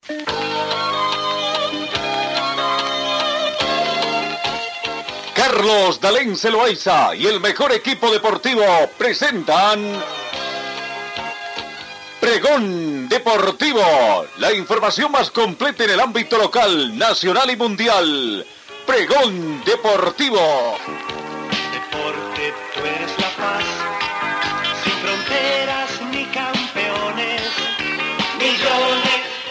Carlos Dalén Loaiza y el mejor equipo deportivo presentan Pregón Deportivo, la información más completa en el ámbito local, nacional y mundial. Pregón Deportivo. Deporte, tú eres la paz, sin fronteras ni campeones, millones.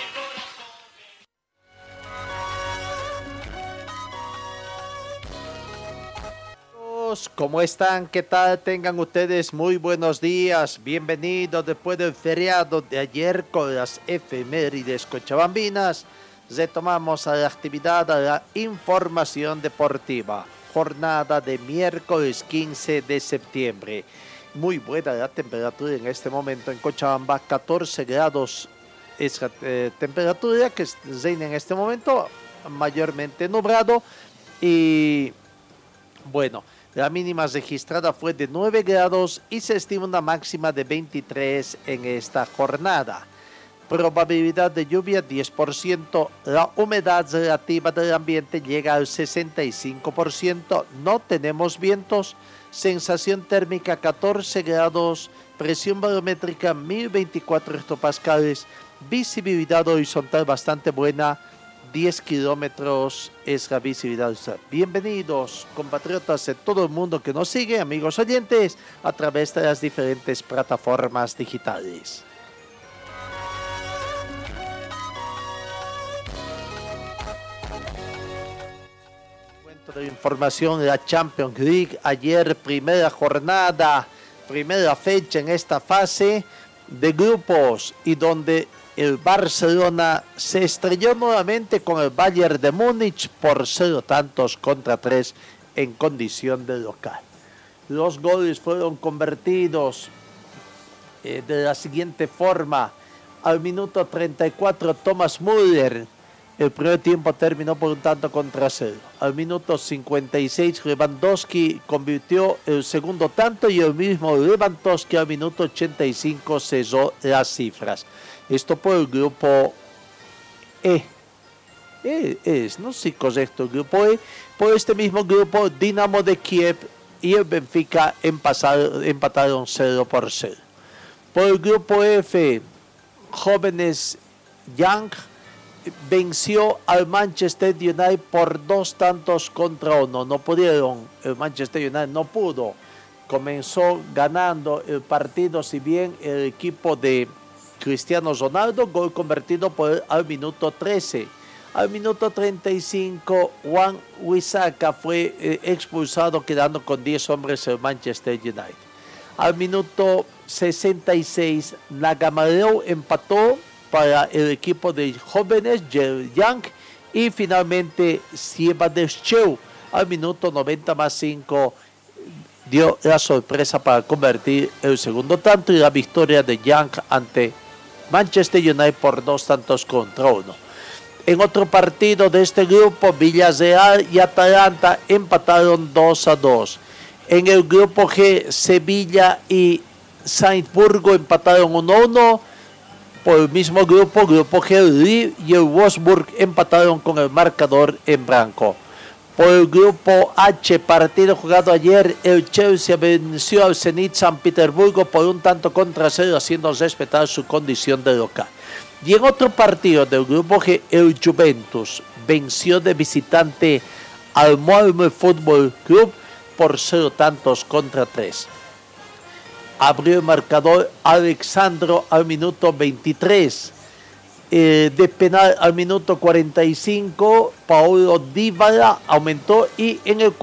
¿Cómo están? ¿Qué tal? Tengan ustedes muy buenos días. Bienvenidos después del feriado de ayer con las efemérides cochabambinas. Retomamos a la actividad, a la información deportiva. Jornada de miércoles 15 de septiembre. Muy buena la temperatura en este momento en Cochabamba, 14 grados es la temperatura que reina en este momento, mayormente nublado. Y bueno, la mínima registrada fue de 9 grados y se estima una máxima de 23 en esta jornada. Probabilidad de lluvia 10%, la humedad relativa del ambiente llega al 65%, no tenemos vientos, sensación térmica 14 grados, presión barométrica 1024 hectopascales, visibilidad horizontal bastante buena, 10 kilómetros es la visibilidad. Bienvenidos, compatriotas de todo el mundo que nos sigue, amigos oyentes, a través de las diferentes plataformas digitales. De información, la Champions League, ayer primera jornada, primera fecha en esta fase de grupos y donde el Barcelona se estrelló nuevamente con el Bayern de Múnich por 0-3 en condición de local. Los goles fueron convertidos de la siguiente forma: al minuto 34 Thomas Müller. El primer tiempo terminó por un tanto contra 0. Al minuto 56 Lewandowski convirtió el segundo tanto y el mismo Lewandowski al minuto 85 cesó las cifras. Esto por el grupo E. No sé si correcto, el grupo E. Por este mismo grupo, Dinamo de Kiev y el Benfica empataron 0-0. Por el grupo F, Jóvenes Young venció al Manchester United por 2-1. No pudieron, el Manchester United no pudo. Comenzó ganando el partido, si bien el equipo de Cristiano Ronaldo, gol convertido al minuto 13. Al minuto 35, Juan Wisaka fue expulsado, quedando con 10 hombres el Manchester United. Al minuto 66, Nagamareu empató para el equipo de Jóvenes Young y finalmente Siebadeshcheu al minuto 90+5 dio la sorpresa para convertir el segundo tanto y la victoria de Young ante Manchester United por 2-1. En otro partido de este grupo, Villarreal y Atalanta empataron 2-2. En el grupo G, Sevilla y Salzburgo empataron 1-1. Por el mismo grupo G, Lille y el Wolfsburg empataron con el marcador en blanco. Por el grupo H, partido jugado ayer, el Chelsea venció al Zenit San Petersburgo por 1-0, haciendo respetar su condición de local. Y en otro partido del grupo G, el Juventus venció de visitante al Malmö Fútbol Club por 0-3. Abrió el marcador Alexandro al minuto 23. De penal al minuto 45, Paulo Dybala aumentó y en el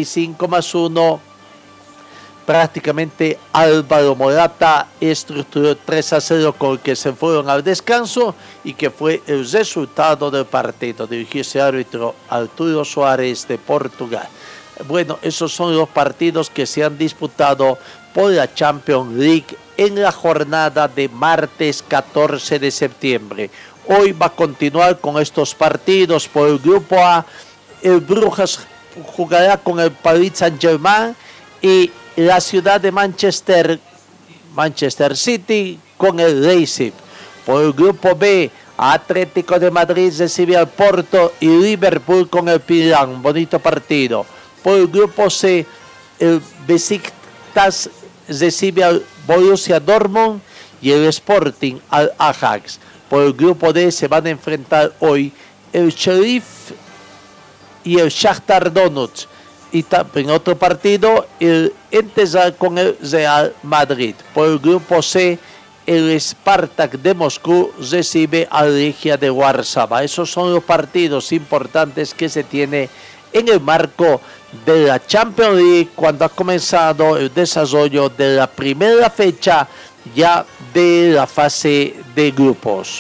45+1 prácticamente Álvaro Morata estructuró 3-0 con el que se fueron al descanso y que fue el resultado del partido. Dirigió ese árbitro Arturo Suárez de Portugal. Bueno, esos son los partidos que se han disputado por la Champions League en la jornada de martes 14 de septiembre. Hoy va a continuar con estos partidos. Por el grupo A, el Brujas jugará con el Paris Saint-Germain y la ciudad de Manchester City con el Leipzig. Por el grupo B, Atlético de Madrid recibe al Porto y Liverpool con el Milán. Bonito partido. Por el grupo C, el Besiktas recibe al Borussia Dortmund y el Sporting al Ajax. Por el grupo D se van a enfrentar hoy el Sheriff y el Shakhtar Donetsk. Y en otro partido, el Entesa con el Real Madrid. Por el grupo C, el Spartak de Moscú recibe al Legia de Warszawa. Esos son los partidos importantes que se tiene en el marco de la Champions League cuando ha comenzado el desarrollo de la primera fecha ya de la fase de grupos.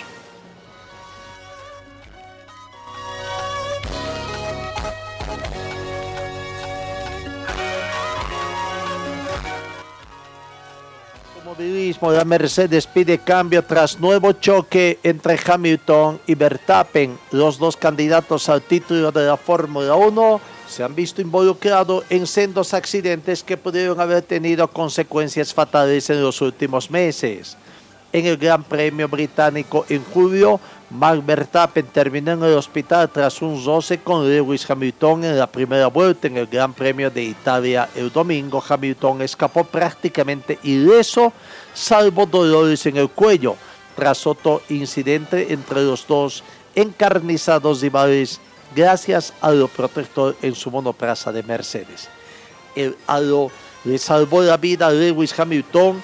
La Mercedes pide cambio tras nuevo choque entre Hamilton y Verstappen. Los dos candidatos al título de la Fórmula 1 se han visto involucrados en sendos accidentes que pudieron haber tenido consecuencias fatales en los últimos meses. En el Gran Premio Británico en julio, Max Verstappen terminó en el hospital tras un roce con Lewis Hamilton en la primera vuelta. En el Gran Premio de Italia el domingo, Hamilton escapó prácticamente ileso, salvo dolores en el cuello, tras otro incidente entre los dos encarnizados rivales gracias al protector en su monoplaza de Mercedes. El halo le salvó la vida a Lewis Hamilton.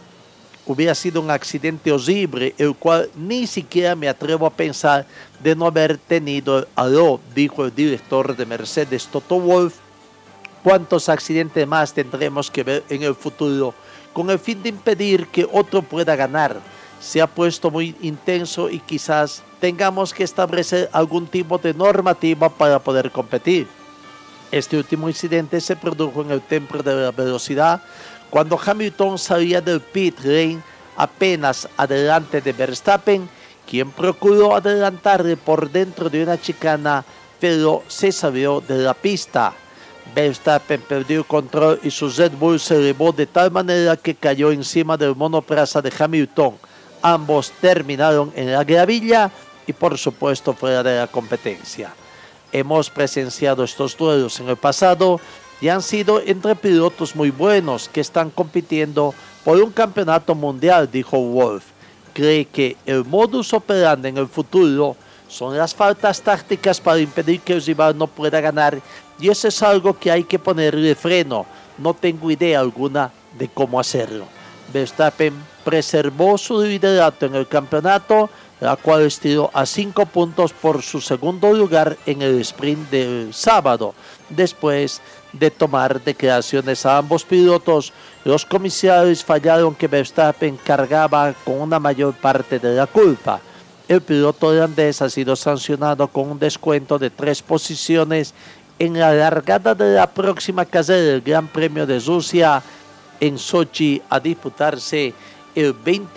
Hubiera sido un accidente horrible, el cual ni siquiera me atrevo a pensar de no haber tenido el halo, dijo el director de Mercedes, Toto Wolff. ¿Cuántos accidentes más tendremos que ver en el futuro con el fin de impedir que otro pueda ganar? Se ha puesto muy intenso y quizás tengamos que establecer algún tipo de normativa para poder competir. Este último incidente se produjo en el templo de la velocidad, cuando Hamilton salía del pit lane apenas adelante de Verstappen, quien procuró adelantarle por dentro de una chicana, pero se salió de la pista. Verstappen perdió el control y su Red Bull se elevó de tal manera que cayó encima del monoplaza de Hamilton. Ambos terminaron en la gravilla y por supuesto fuera de la competencia. Hemos presenciado estos duelos en el pasado y han sido entre pilotos muy buenos que están compitiendo por un campeonato mundial, dijo Wolff. Cree que el modus operandi en el futuro son las faltas tácticas para impedir que el rival no pueda ganar, y eso es algo que hay que ponerle freno. No tengo idea alguna de cómo hacerlo. Verstappen preservó su liderato en el campeonato, la cual estiró a 5 puntos por su segundo lugar en el sprint del sábado. Después de tomar declaraciones a ambos pilotos, los comisarios fallaron que Verstappen cargaba con una mayor parte de la culpa. El piloto holandés ha sido sancionado con un descuento de 3 posiciones en la largada de la próxima carrera del Gran Premio de Rusia en Sochi, a disputarse el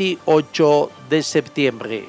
28 de septiembre.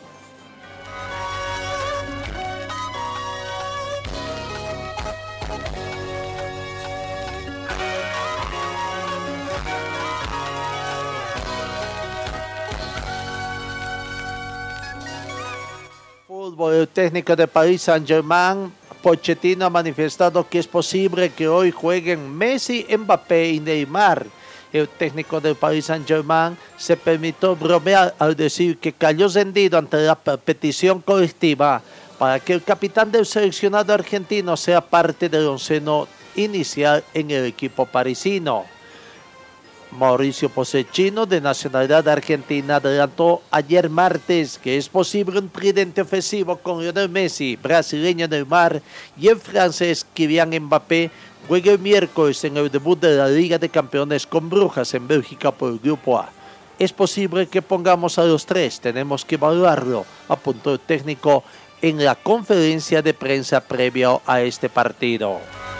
El técnico de Paris Saint-Germain, Pochettino, ha manifestado que es posible que hoy jueguen Messi, Mbappé y Neymar. El técnico de Paris Saint-Germain se permitió bromear al decir que cayó rendido ante la petición colectiva para que el capitán del seleccionado argentino sea parte del onceno inicial en el equipo parisino. Mauricio Pochettino, de nacionalidad argentina, adelantó ayer martes que es posible un tridente ofensivo con Lionel Messi, brasileño Neymar y el francés Kylian Mbappé juegue el miércoles en el debut de la Liga de Campeones con Brujas en Bélgica por el Grupo A. Es posible que pongamos a los tres, tenemos que evaluarlo, apuntó el técnico en la conferencia de prensa previa a este partido.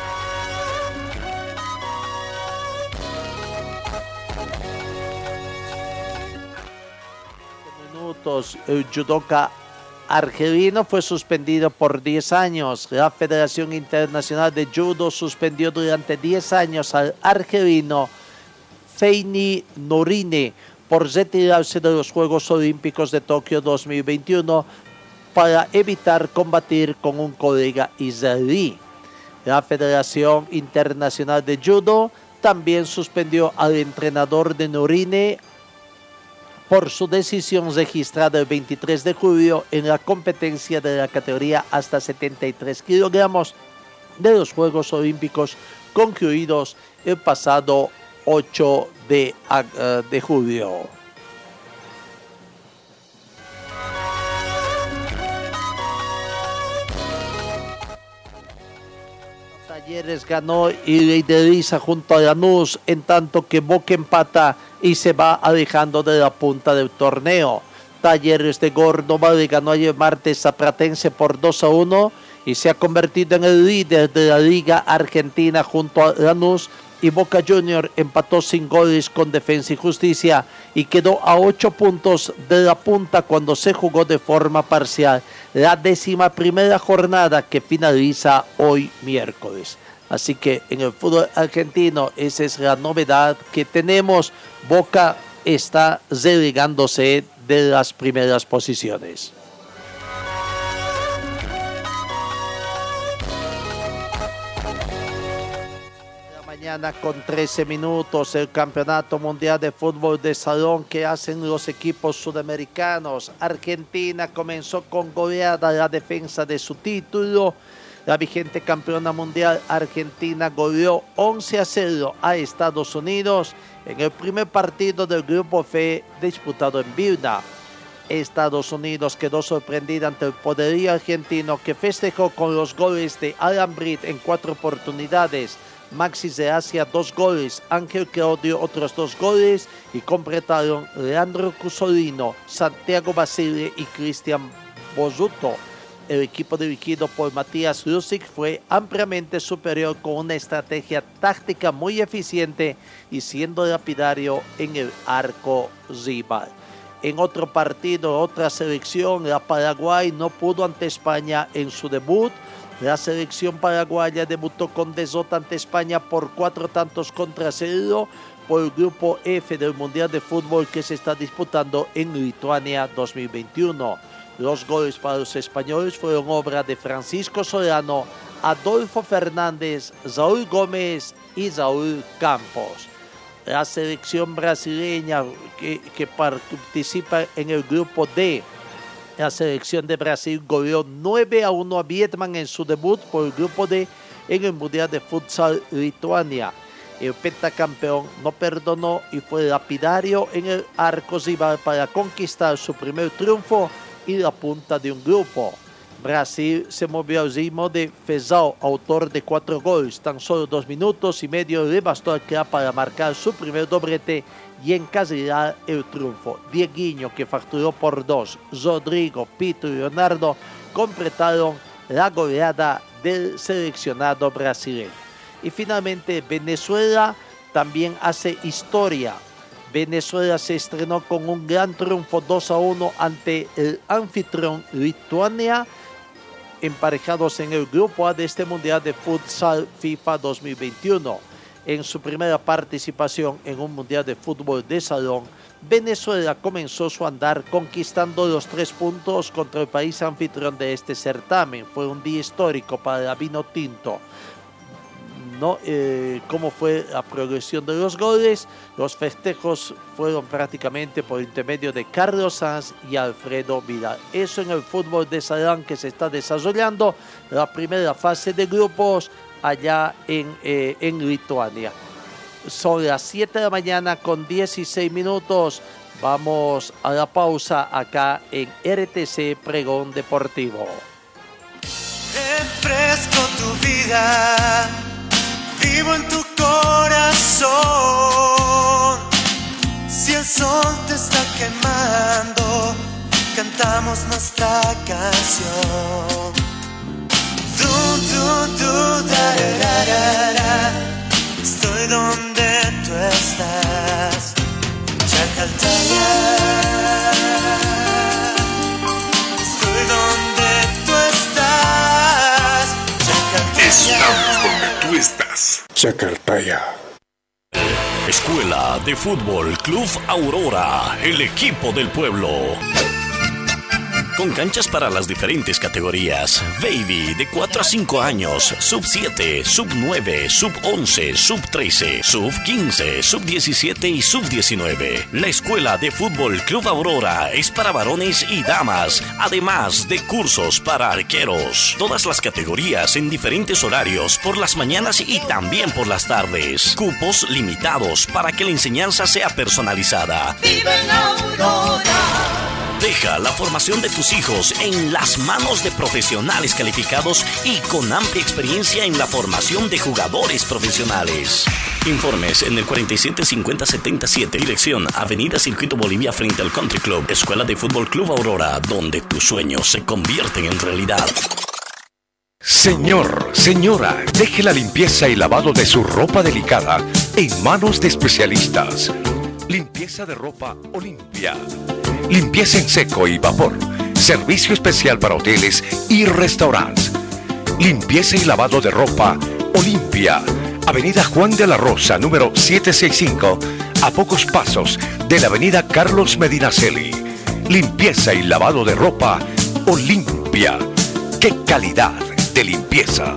El judoka argelino fue suspendido por 10 años. La Federación Internacional de Judo suspendió durante 10 años al argelino Feini Norine por retirarse de los Juegos Olímpicos de Tokio 2021 para evitar combatir con un colega israelí. La Federación Internacional de Judo también suspendió al entrenador de Norine por su decisión registrada el 23 de julio en la competencia de la categoría hasta 73 kilogramos de los Juegos Olímpicos concluidos el pasado 8 de julio. Talleres ganó y lideriza junto a Lanús, en tanto que Boca empata y se va alejando de la punta del torneo. Talleres de Córdoba le ganó ayer martes a Platense por 2-1 y se ha convertido en el líder de la Liga Argentina junto a Lanús, y Boca Junior empató sin goles con Defensa y Justicia y quedó a 8 puntos de la punta cuando se jugó de forma parcial la 11ª jornada que finaliza hoy miércoles. Así que en el fútbol argentino esa es la novedad que tenemos. Boca está relegándose de las primeras posiciones. Mañana con 13 minutos el Campeonato Mundial de Fútbol de Salón que hacen los equipos sudamericanos. Argentina comenzó con goleada la defensa de su título. La vigente campeona mundial Argentina goleó 11-0 a Estados Unidos en el primer partido del Grupo F disputado en Vilna. Estados Unidos quedó sorprendida ante el poderío argentino, que festejó con los goles de Alan Britt en 4 oportunidades, Maxi de Asia 2 goles, Ángel Claudio otros 2 goles y completaron Leandro Cusolino, Santiago Basile y Cristian Bosuto. El equipo dirigido por Matías Lusic fue ampliamente superior con una estrategia táctica muy eficiente y siendo lapidario en el arco rival. En otro partido, otra selección, la Paraguay, no pudo ante España en su debut. La selección paraguaya debutó con derrota ante España por 4-0 por el Grupo F del Mundial de Fútbol que se está disputando en Lituania 2021. Los goles para los españoles fueron obra de Francisco Solano, Adolfo Fernández, Raúl Gómez y Raúl Campos. La selección brasileña que participa en el Grupo D, la selección de Brasil goleó 9-1 a Vietnam en su debut por el Grupo D en el Mundial de Futsal Lituania. El pentacampeón no perdonó y fue lapidario en el arco rival para conquistar su primer triunfo y la punta de un grupo. Brasil se movió al ritmo de Fezal, autor de 4 goles. Tan solo 2 minutos y medio le bastó al CRA para marcar su primer doblete y encasillar el triunfo. Dieguinho, que facturó por 2, Rodrigo, Pito y Leonardo completaron la goleada del seleccionado brasileño. Y finalmente Venezuela también hace historia. Venezuela se estrenó con un gran triunfo 2-1 ante el anfitrión Lituania, emparejados en el Grupo A de este Mundial de Futsal FIFA 2021. En su primera participación en un Mundial de Fútbol de Salón, Venezuela comenzó su andar conquistando los 3 puntos contra el país anfitrión de este certamen. Fue un día histórico para la Vinotinto. Cómo fue la progresión de los goles. Los festejos fueron prácticamente por intermedio de Carlos Sanz y Alfredo Vidal. Eso en el fútbol de salón que se está desarrollando la primera fase de grupos allá en Lituania. Son las 7 de la mañana con 16 minutos. Vamos a la pausa acá en RTC Pregón Deportivo. Refresco tu vida. Vivo en tu corazón. Si el sol te está quemando, cantamos nuestra canción. Estoy donde tú estás. Chacaltaya. Estoy donde tú estás. Chacaltaya. Estamos donde tú estás. Chacaltaya. Escuela de Fútbol Club Aurora, el equipo del pueblo. Con canchas para las diferentes categorías. Baby de 4 a 5 años, sub 7, sub 9, sub 11, sub 13, sub 15, sub 17 y sub 19. La Escuela de Fútbol Club Aurora es para varones y damas, además de cursos para arqueros. Todas las categorías en diferentes horarios, por las mañanas y también por las tardes. Cupos limitados para que la enseñanza sea personalizada. ¡Vive en Aurora! Deja la formación de tus hijos en las manos de profesionales calificados y con amplia experiencia en la formación de jugadores profesionales. Informes en el 475077, dirección Avenida Circuito Bolivia frente al Country Club. Escuela de Fútbol Club Aurora, donde tus sueños se convierten en realidad. Señor, señora, deje la limpieza y lavado de su ropa delicada en manos de especialistas. Limpieza de ropa Olimpia. Limpieza en seco y vapor. Servicio especial para hoteles y restaurantes. Limpieza y lavado de ropa Olimpia. Avenida Juan de la Rosa, número 765, a pocos pasos de la avenida Carlos Medinaceli. Limpieza y lavado de ropa Olimpia. ¡Qué calidad de limpieza!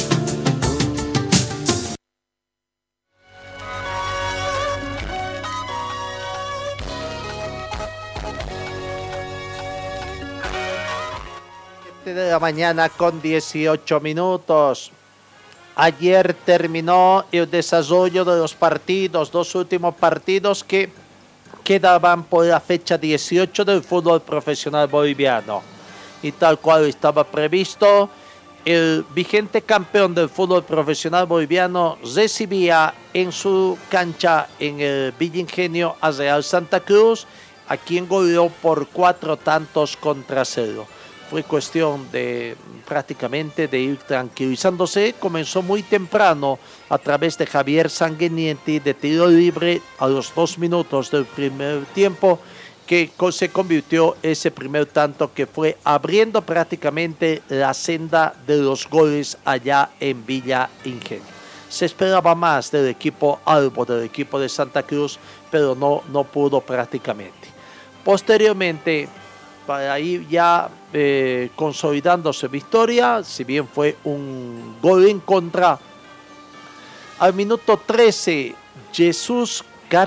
De la mañana con 18 minutos. Ayer terminó el desarrollo de los partidos, dos últimos partidos que quedaban por la fecha 18 del fútbol profesional boliviano. Y tal cual estaba previsto, el vigente campeón del fútbol profesional boliviano recibía en su cancha en el Villa Ingenio a Real Santa Cruz, a quien goleó por 4-0. Fue cuestión de prácticamente de ir tranquilizándose. Comenzó muy temprano a través de Javier Sanguinetti de tiro libre a los 2 minutos del primer tiempo, que se convirtió ese primer tanto que fue abriendo prácticamente la senda de los goles allá en Villa Ingenio. Se esperaba más del equipo Albo, del equipo de Santa Cruz, pero no pudo prácticamente. Posteriormente, para ir ya consolidándose victoria, si bien fue un gol en contra, al minuto 13, Jesús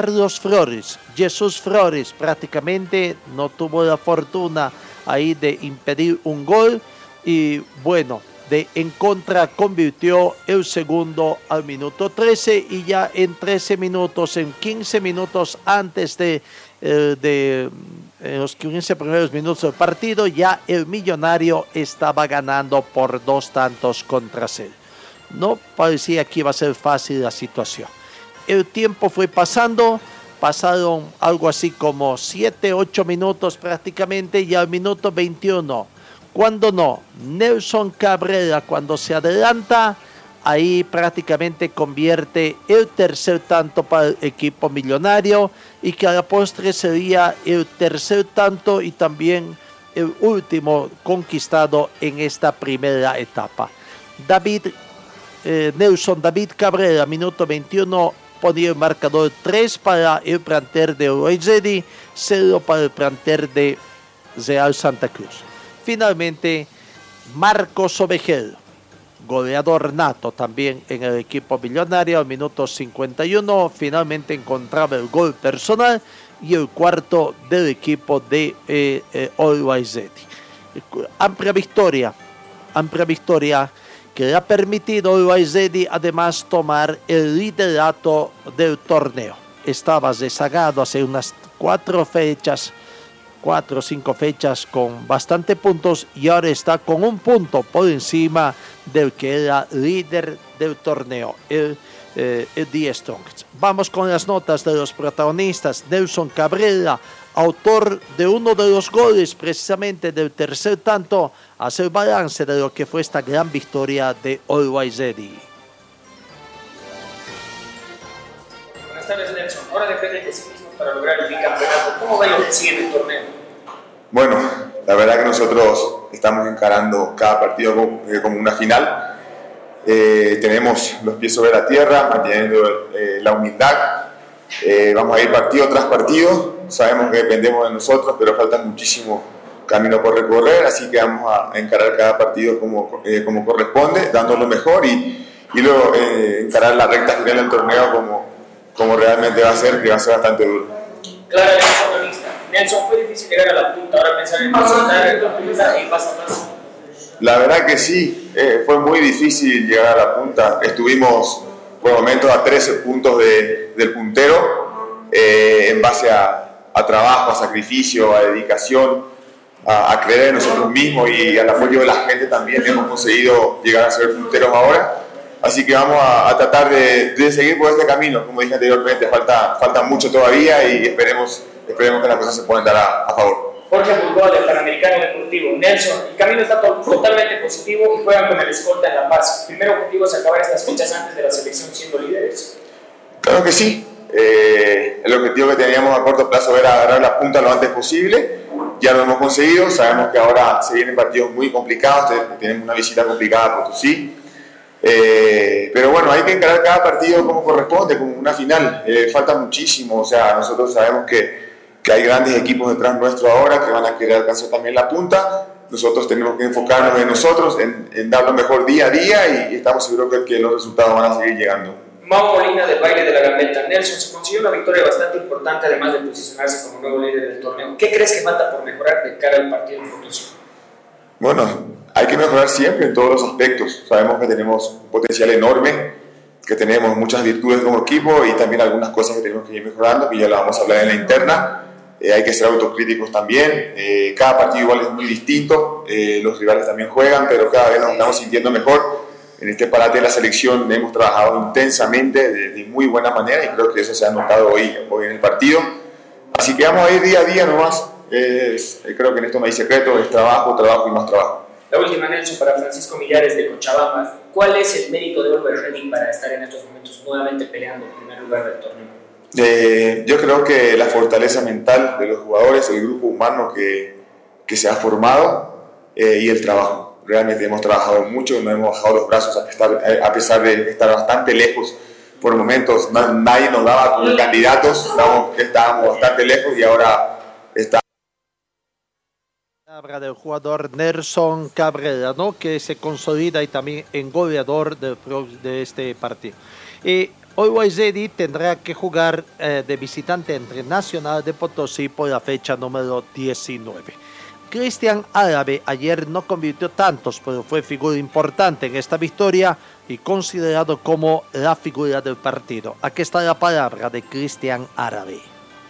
Flores prácticamente no tuvo la fortuna ahí de impedir un gol y bueno, de en contra convirtió el segundo al minuto 13 y ya en 13 minutos, en 15 minutos antes de en los 15 primeros minutos del partido, ya el Millonario estaba ganando por 2-0. No parecía que iba a ser fácil la situación. El tiempo fue pasando, pasaron algo así como 7-8 minutos prácticamente, y al minuto 21, cuando no, Nelson Cabrera, cuando se adelanta, ahí prácticamente convierte el tercer tanto para el equipo Millonario, y que a la postre sería el tercer tanto y también el último conquistado en esta primera etapa. Nelson David Cabrera, minuto 21, ponía el marcador 3 para el plantel de Always Ready, 0 para el plantel de Real Santa Cruz. Finalmente, Marcos Ovejero, goleador nato también en el equipo Millonario, al minuto 51, finalmente encontraba el gol personal y el cuarto del equipo de Always Ready. Amplia victoria que le ha permitido a Always Ready además tomar el liderato del torneo. Estaba rezagado hace unas 4 o 5 fechas con bastante puntos, y ahora está con un punto por encima del que era líder del torneo, el The Strongest. Vamos con las notas de los protagonistas. Nelson Cabrera, autor de uno de los goles precisamente del tercer tanto, hace el balance de lo que fue esta gran victoria de Always Ready. Buenas tardes, Nelson. Ahora dependen de sí mismos para lograr el bicampeonato. ¿Cómo va el siguiente torneo? Bueno, la verdad que nosotros estamos encarando cada partido como una final. Tenemos los pies sobre la tierra, manteniendo la humildad Vamos a ir partido tras partido, sabemos que dependemos de nosotros, pero falta muchísimo camino por recorrer, así que vamos a encarar cada partido como corresponde, dando lo mejor y luego encarar la recta final del torneo como realmente va a ser, que va a ser bastante duro. Claro, Nelson, fue difícil llegar a la punta, ahora pensar en la punta y pasa más. La verdad que sí, fue muy difícil llegar a la punta. Estuvimos por momentos a 13 puntos del puntero, en base a trabajo, a sacrificio, a dedicación, a creer en nosotros mismos y al apoyo de la gente también hemos conseguido llegar a ser punteros ahora. Así que vamos a tratar de seguir por este camino. Como dije anteriormente, falta mucho todavía y esperemos que las cosas se puedan dar a favor. Jorge Burgos, del Panamericano Deportivo. Nelson, el camino está totalmente positivo y juegan con el escolta en La Paz. ¿El primer objetivo es acabar estas fechas antes de la selección siendo líderes? Claro que sí. El objetivo que teníamos a corto plazo era agarrar la punta lo antes posible. Ya lo hemos conseguido. Sabemos que ahora se vienen partidos muy complicados. Tenemos una visita complicada a Potosí. Pero bueno, hay que encarar cada partido como corresponde, como una final. Falta muchísimo. O sea, nosotros sabemos que hay grandes equipos detrás nuestro ahora que van a querer alcanzar también la punta. Nosotros tenemos que enfocarnos en nosotros, en dar lo mejor día a día y estamos seguros que los resultados van a seguir llegando. Mau Molina, del Baile de la Gambeta. Nelson, se consiguió una victoria bastante importante además de posicionarse como nuevo líder del torneo. ¿Qué crees que falta por mejorar de cara al partido en Potosí? Bueno, hay que mejorar siempre en todos los aspectos. Sabemos que tenemos un potencial enorme, que tenemos muchas virtudes como equipo y también algunas cosas que tenemos que ir mejorando, que ya lo vamos a hablar en la interna. Hay que ser autocríticos también. Cada partido igual es muy distinto, los rivales también juegan, pero cada vez nos estamos sintiendo mejor. En este parate de la selección hemos trabajado intensamente de muy buena manera y creo que eso se ha notado hoy en el partido. Así que vamos a ir día a día nomás. Creo que en esto no hay secreto, es trabajo, trabajo y más trabajo. La última, Nelson, para Francisco Millares de Cochabamba. ¿Cuál es el mérito de Always Ready para estar en estos momentos nuevamente peleando el primer lugar del torneo? Yo creo que la fortaleza mental de los jugadores, el grupo humano que se ha formado y el trabajo. Realmente hemos trabajado mucho, no hemos bajado los brazos a pesar de estar bastante lejos por momentos. Nadie nos daba como candidatos, estábamos bastante lejos y ahora está. Habla del jugador Nelson Cabrera, ¿no? Que se consolida y también en goleador de este partido. Always Ready tendrá que jugar de visitante entre Nacional de Potosí por la fecha número 19. Cristian Árabe ayer no convirtió tantos, pero fue figura importante en esta victoria y considerado como la figura del partido. Aquí está la palabra de Cristian Árabe.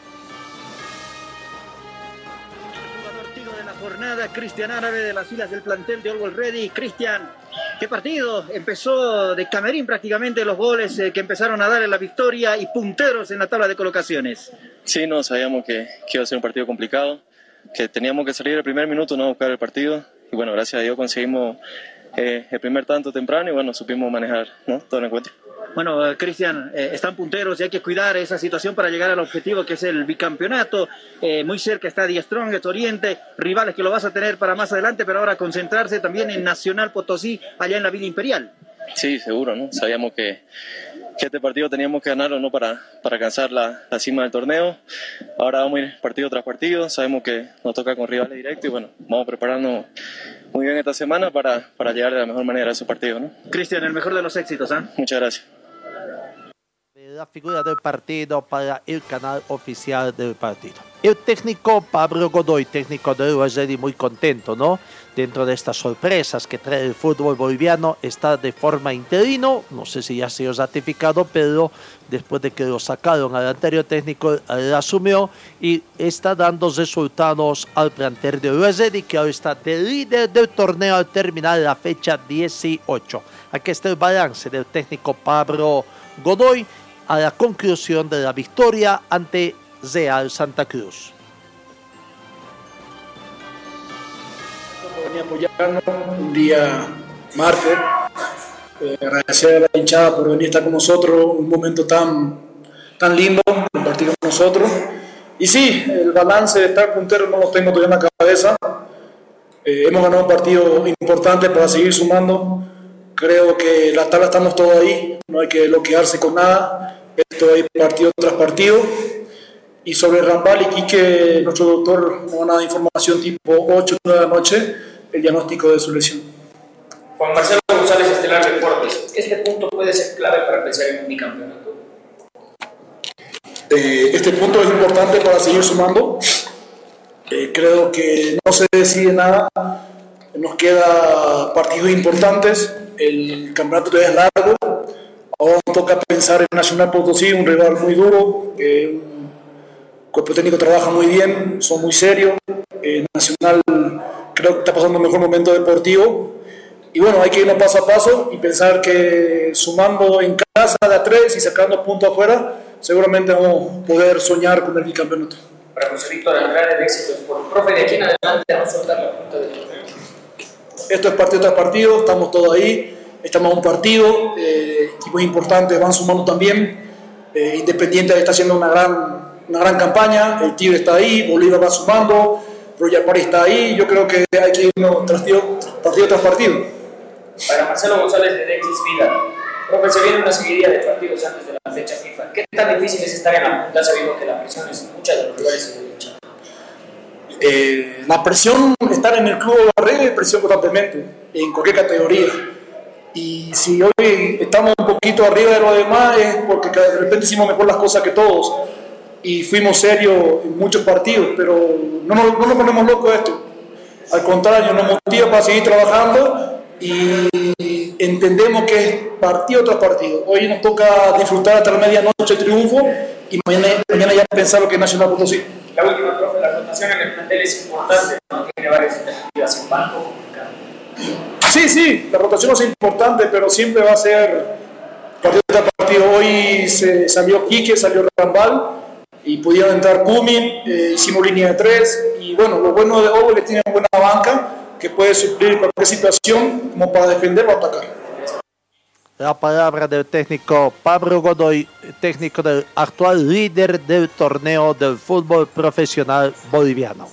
Jornada, Cristian Árabe de las filas del plantel de Always Ready. Cristian, ¿qué partido? Empezó de camerín prácticamente los goles que empezaron a darle la victoria y punteros en la tabla de colocaciones. Sí, no, sabíamos que iba a ser un partido complicado, que teníamos que salir el primer minuto, no buscar el partido y bueno, gracias a Dios conseguimos el primer tanto temprano y bueno, supimos manejar, ¿no?, todo el encuentro. Bueno, Cristian, están punteros y hay que cuidar esa situación para llegar al objetivo que es el bicampeonato. Muy cerca está Die Strongest Oriente, rivales que lo vas a tener para más adelante, pero ahora concentrarse también en Nacional Potosí, allá en la Villa Imperial. Sí, seguro, ¿no? Sabíamos que este partido teníamos que ganarlo, ¿no?, para alcanzar la cima del torneo. Ahora vamos a ir partido tras partido, sabemos que nos toca con rivales directos y bueno, vamos prepararnos muy bien esta semana para llegar de la mejor manera a esos partidos, ¿no? Cristian, el mejor de los éxitos, ¿eh? Muchas gracias. La figura del partido para el canal oficial del partido. El técnico Pablo Godoy, técnico de Always Ready, muy contento, ¿no? Dentro de estas sorpresas que trae el fútbol boliviano, está de forma interino, no sé si ya ha sido ratificado, pero después de que lo sacaron al anterior técnico, él asumió y está dando resultados al plantel de Always Ready, que ahora está de líder del torneo al terminar la fecha 18. Aquí está el balance del técnico Pablo Godoy a la conclusión de la victoria ante Real Santa Cruz. Venía a apoyarnos un día martes, agradecer a la hinchada por venir a estar con nosotros, un momento tan lindo, compartir con nosotros. Y sí, el balance de estar puntero no lo tengo todavía en la cabeza. Hemos ganado un partido importante para seguir sumando. Creo que la tabla estamos todos ahí, no hay que bloquearse con nada. Esto hay partido tras partido. Y sobre Rambal y Quique, nuestro doctor nos van a dar información tipo 8 o 9 de la noche, el diagnóstico de su lesión. Juan Marcelo González, Estelar Deportes. ¿Este punto puede ser clave para pensar en un bicampeonato? Este punto es importante para seguir sumando. Creo que no se decide nada. Nos quedan partidos importantes. El campeonato todavía es largo. Ahora nos toca pensar en Nacional Potosí, un rival muy duro. El cuerpo técnico trabaja muy bien, son muy serios. Nacional creo que está pasando un mejor momento deportivo. Y bueno, hay que irnos paso a paso y pensar que sumando en casa de a 3 y sacando puntos afuera, seguramente vamos a poder soñar con el bicampeonato. Para José Víctor Andrade, de Éxitos por profe, de aquí en adelante vamos a soltar la punta del torneo. Esto es partido tras partido, estamos todos ahí, estamos en un partido, equipos importantes van sumando también. Independiente está haciendo una gran campaña, el Tigre está ahí, Bolívar va sumando, Royal Party está ahí. Yo creo que hay que irnos partido tras partido. Para Marcelo González de Dexis Vida, profe, se viene una seguidilla de partidos antes de la fecha FIFA. ¿Qué tan difícil es estar en la punta sabiendo que la presión es mucha de los rivales en el hincha? La presión, estar en el club de Barrera es presión constantemente, en cualquier categoría. Y si hoy estamos un poquito arriba de lo demás es porque de repente hicimos mejor las cosas que todos y fuimos serios en muchos partidos, pero no nos ponemos locos esto. Al contrario, nos motiva para seguir trabajando y entendemos que es partido tras partido. Hoy nos toca disfrutar hasta la medianoche el triunfo y mañana ya pensar lo que es Nacional Potosí. La última, profe, la rotación en el plantel es importante, ¿no? Tiene varias alternativas en banco. Sí, la rotación es importante, pero siempre va a ser partido tras partido. Hoy se salió Quique, salió Rambal y pudieron entrar Pumin, hicimos línea de 3 y bueno, lo bueno de Obo es que tiene buena banca que puede suplir cualquier situación como para defender o atacar. La palabra del técnico Pablo Godoy, técnico del actual líder del torneo del fútbol profesional boliviano.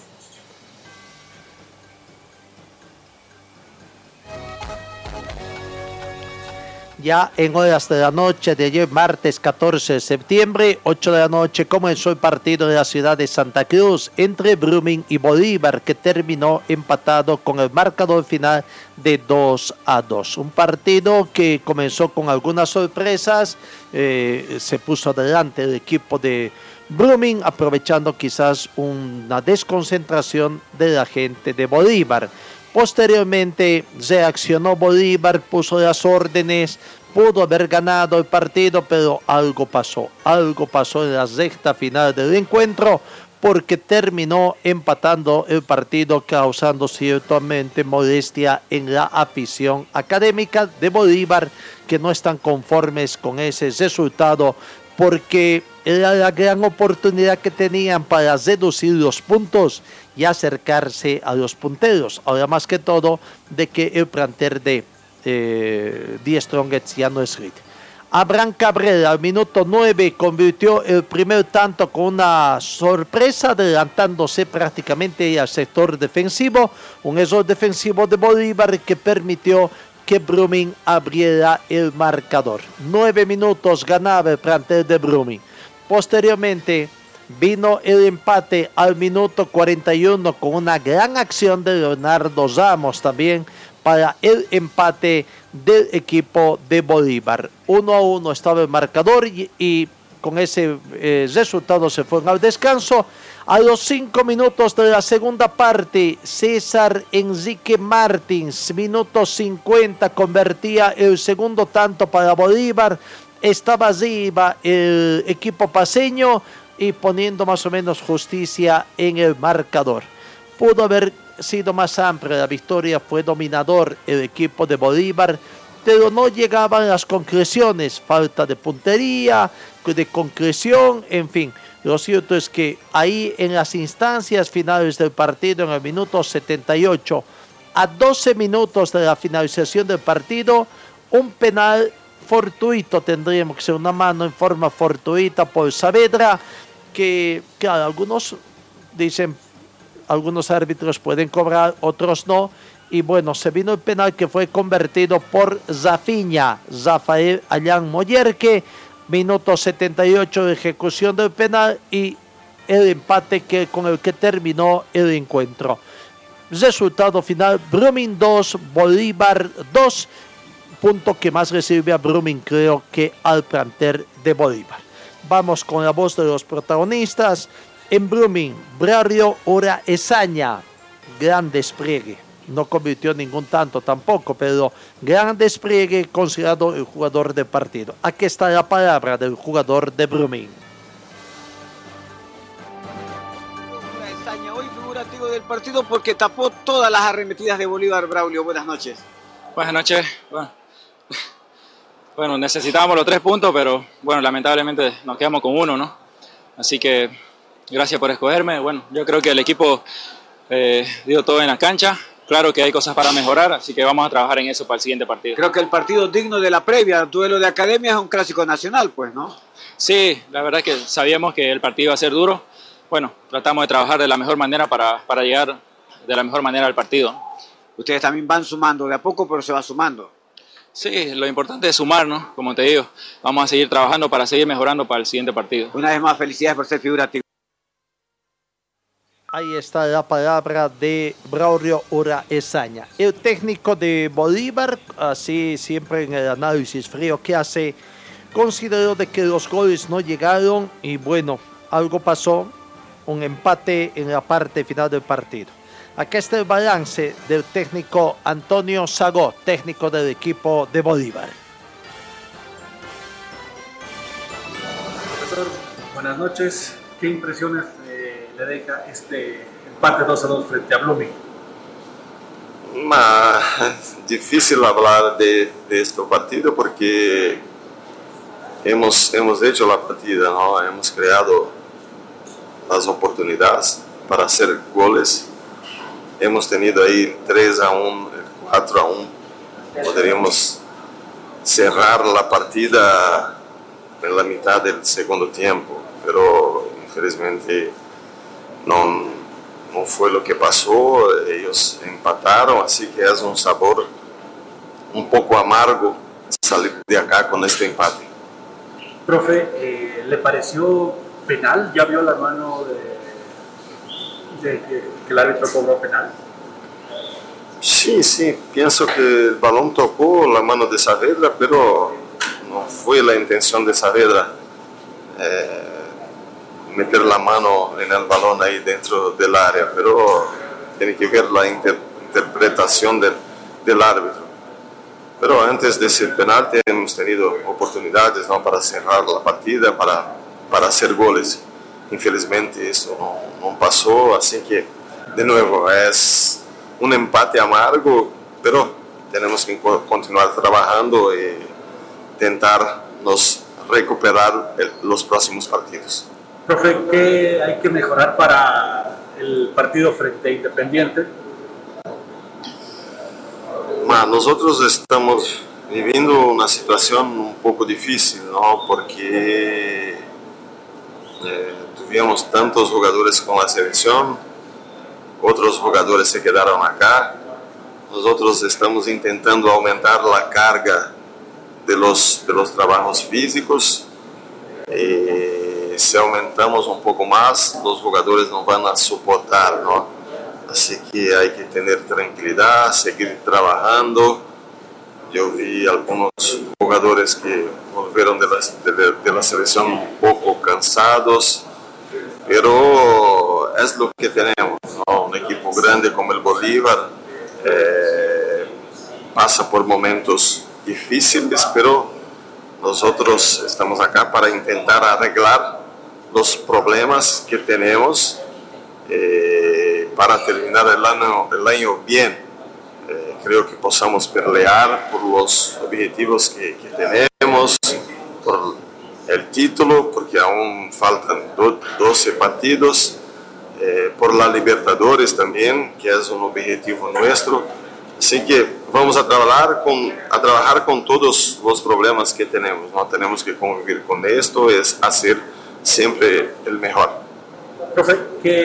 Ya en horas de la noche de ayer, martes 14 de septiembre, 8 de la noche, comenzó el partido de la ciudad de Santa Cruz entre Brumming y Bolívar, que terminó empatado con el marcador final de 2-2. Un partido que comenzó con algunas sorpresas, se puso adelante el equipo de Brumming, aprovechando quizás una desconcentración de la gente de Bolívar. Posteriormente reaccionó Bolívar, puso las órdenes, pudo haber ganado el partido, pero algo pasó en la recta final del encuentro, porque terminó empatando el partido, causando ciertamente molestia en la afición académica de Bolívar, que no están conformes con ese resultado, porque era la gran oportunidad que tenían para reducir los puntos y acercarse a los punteros. Ahora más que todo de que el plantel de The Strongest ya no es líder. Abraham Cabrera al minuto 9 convirtió el primer tanto con una sorpresa, adelantándose prácticamente al sector defensivo. Un error defensivo de Bolívar que permitió que Brumming abriera el marcador. 9 minutos ganaba el plantel de Brumming. Posteriormente vino el empate al minuto 41 con una gran acción de Leonardo Ramos también para el empate del equipo de Bolívar. 1-1 estaba el marcador y con ese resultado se fueron al descanso. A los 5 minutos de la segunda parte, César Enrique Martins, minuto 50, convertía el segundo tanto para Bolívar. Estaba arriba el equipo paceño y poniendo más o menos justicia en el marcador. Pudo haber sido más amplia la victoria, fue dominador el equipo de Bolívar, pero no llegaban las concreciones, falta de puntería, de concreción, en fin. Lo cierto es que ahí en las instancias finales del partido, en el minuto 78, a 12 minutos de la finalización del partido, un penal fortuito, tendríamos que ser una mano en forma fortuita por Saavedra, que claro, algunos dicen, algunos árbitros pueden cobrar, otros no, y bueno, se vino el penal que fue convertido por Rafael Allán Moyerque minuto 78 de ejecución del penal y el empate con el que terminó el encuentro. Resultado final: Brumming 2, Bolívar 2. Punto que más recibe a Brumming, creo, que al plantel de Bolívar. Vamos con la voz de los protagonistas. En Brumming, Braulio Ezaña, gran despliegue. No convirtió ningún tanto tampoco, pero gran despliegue, considerado el jugador del partido. Aquí está la palabra del jugador de Brumming. Ezaña, hoy figurativo del partido porque tapó todas las arremetidas de Bolívar. Braulio, buenas noches. Buenas noches. Bueno, necesitábamos los 3 puntos, pero bueno, lamentablemente nos quedamos con 1, ¿no? Así que gracias por escogerme. Bueno, yo creo que el equipo dio todo en la cancha. Claro que hay cosas para mejorar, así que vamos a trabajar en eso para el siguiente partido. Creo que el partido digno de la previa, duelo de academia, es un clásico nacional, pues, ¿no? Sí, la verdad es que sabíamos que el partido iba a ser duro. Bueno, tratamos de trabajar de la mejor manera para llegar de la mejor manera al partido. Ustedes también van sumando de a poco, pero se va sumando. Sí, lo importante es sumar, ¿no? Como te digo, vamos a seguir trabajando para seguir mejorando para el siguiente partido. Una vez más, felicidades por ser figurativo. Ahí está la palabra de Braulio Ezaña. El técnico de Bolívar, así siempre en el análisis frío que hace, consideró de que los goles no llegaron y bueno, algo pasó, un empate en la parte final del partido. Aquí está el balance del técnico Antonio Sagó, técnico del equipo de Bolívar. Profesor, buenas noches. ¿Qué impresiones le deja este empate 2-2 frente a Blooming? Difícil hablar de este partido porque hemos hecho la partida, ¿no? Hemos creado las oportunidades para hacer goles. Hemos tenido ahí 3-1, 4-1. Podríamos cerrar la partida en la mitad del segundo tiempo, pero infelizmente no fue lo que pasó. Ellos empataron, así que es un sabor un poco amargo salir de acá con este empate. Profe, ¿le pareció penal? ¿Ya vio la mano de que el árbitro cobró penal? Sí, pienso que el balón tocó la mano de Saavedra, pero no fue la intención de Saavedra meter la mano en el balón ahí dentro del área, pero tiene que ver la interpretación del árbitro. Pero antes de ese penalti hemos tenido oportunidades, ¿no?, para cerrar la partida, para hacer goles. Infelizmente eso no pasó, así que de nuevo es un empate amargo, pero tenemos que continuar trabajando y intentar nos recuperar los próximos partidos. Profe, ¿qué hay que mejorar para el partido frente a Independiente? Nosotros estamos viviendo una situación un poco difícil, ¿no? Porque tuvimos tantos jugadores con la selección, otros jugadores se quedaron acá. Nosotros estamos intentando aumentar la carga de los trabajos físicos. Si aumentamos un poco más, los jugadores no van a soportar, ¿no? Así que hay que tener tranquilidad, seguir trabajando. Yo vi algunos jugadores que volvieron de la selección un poco cansados, pero es lo que tenemos, ¿no? Un equipo grande como el Bolívar pasa por momentos difíciles, pero nosotros estamos acá para intentar arreglar los problemas que tenemos para terminar el año bien. Creo que podamos pelear por los objetivos que tenemos, por el título, porque aún faltan 12 partidos, por la Libertadores también, que es un objetivo nuestro. Así que vamos a trabajar con todos los problemas que tenemos, ¿no? Tenemos que convivir con esto, es hacer siempre el mejor. Profe,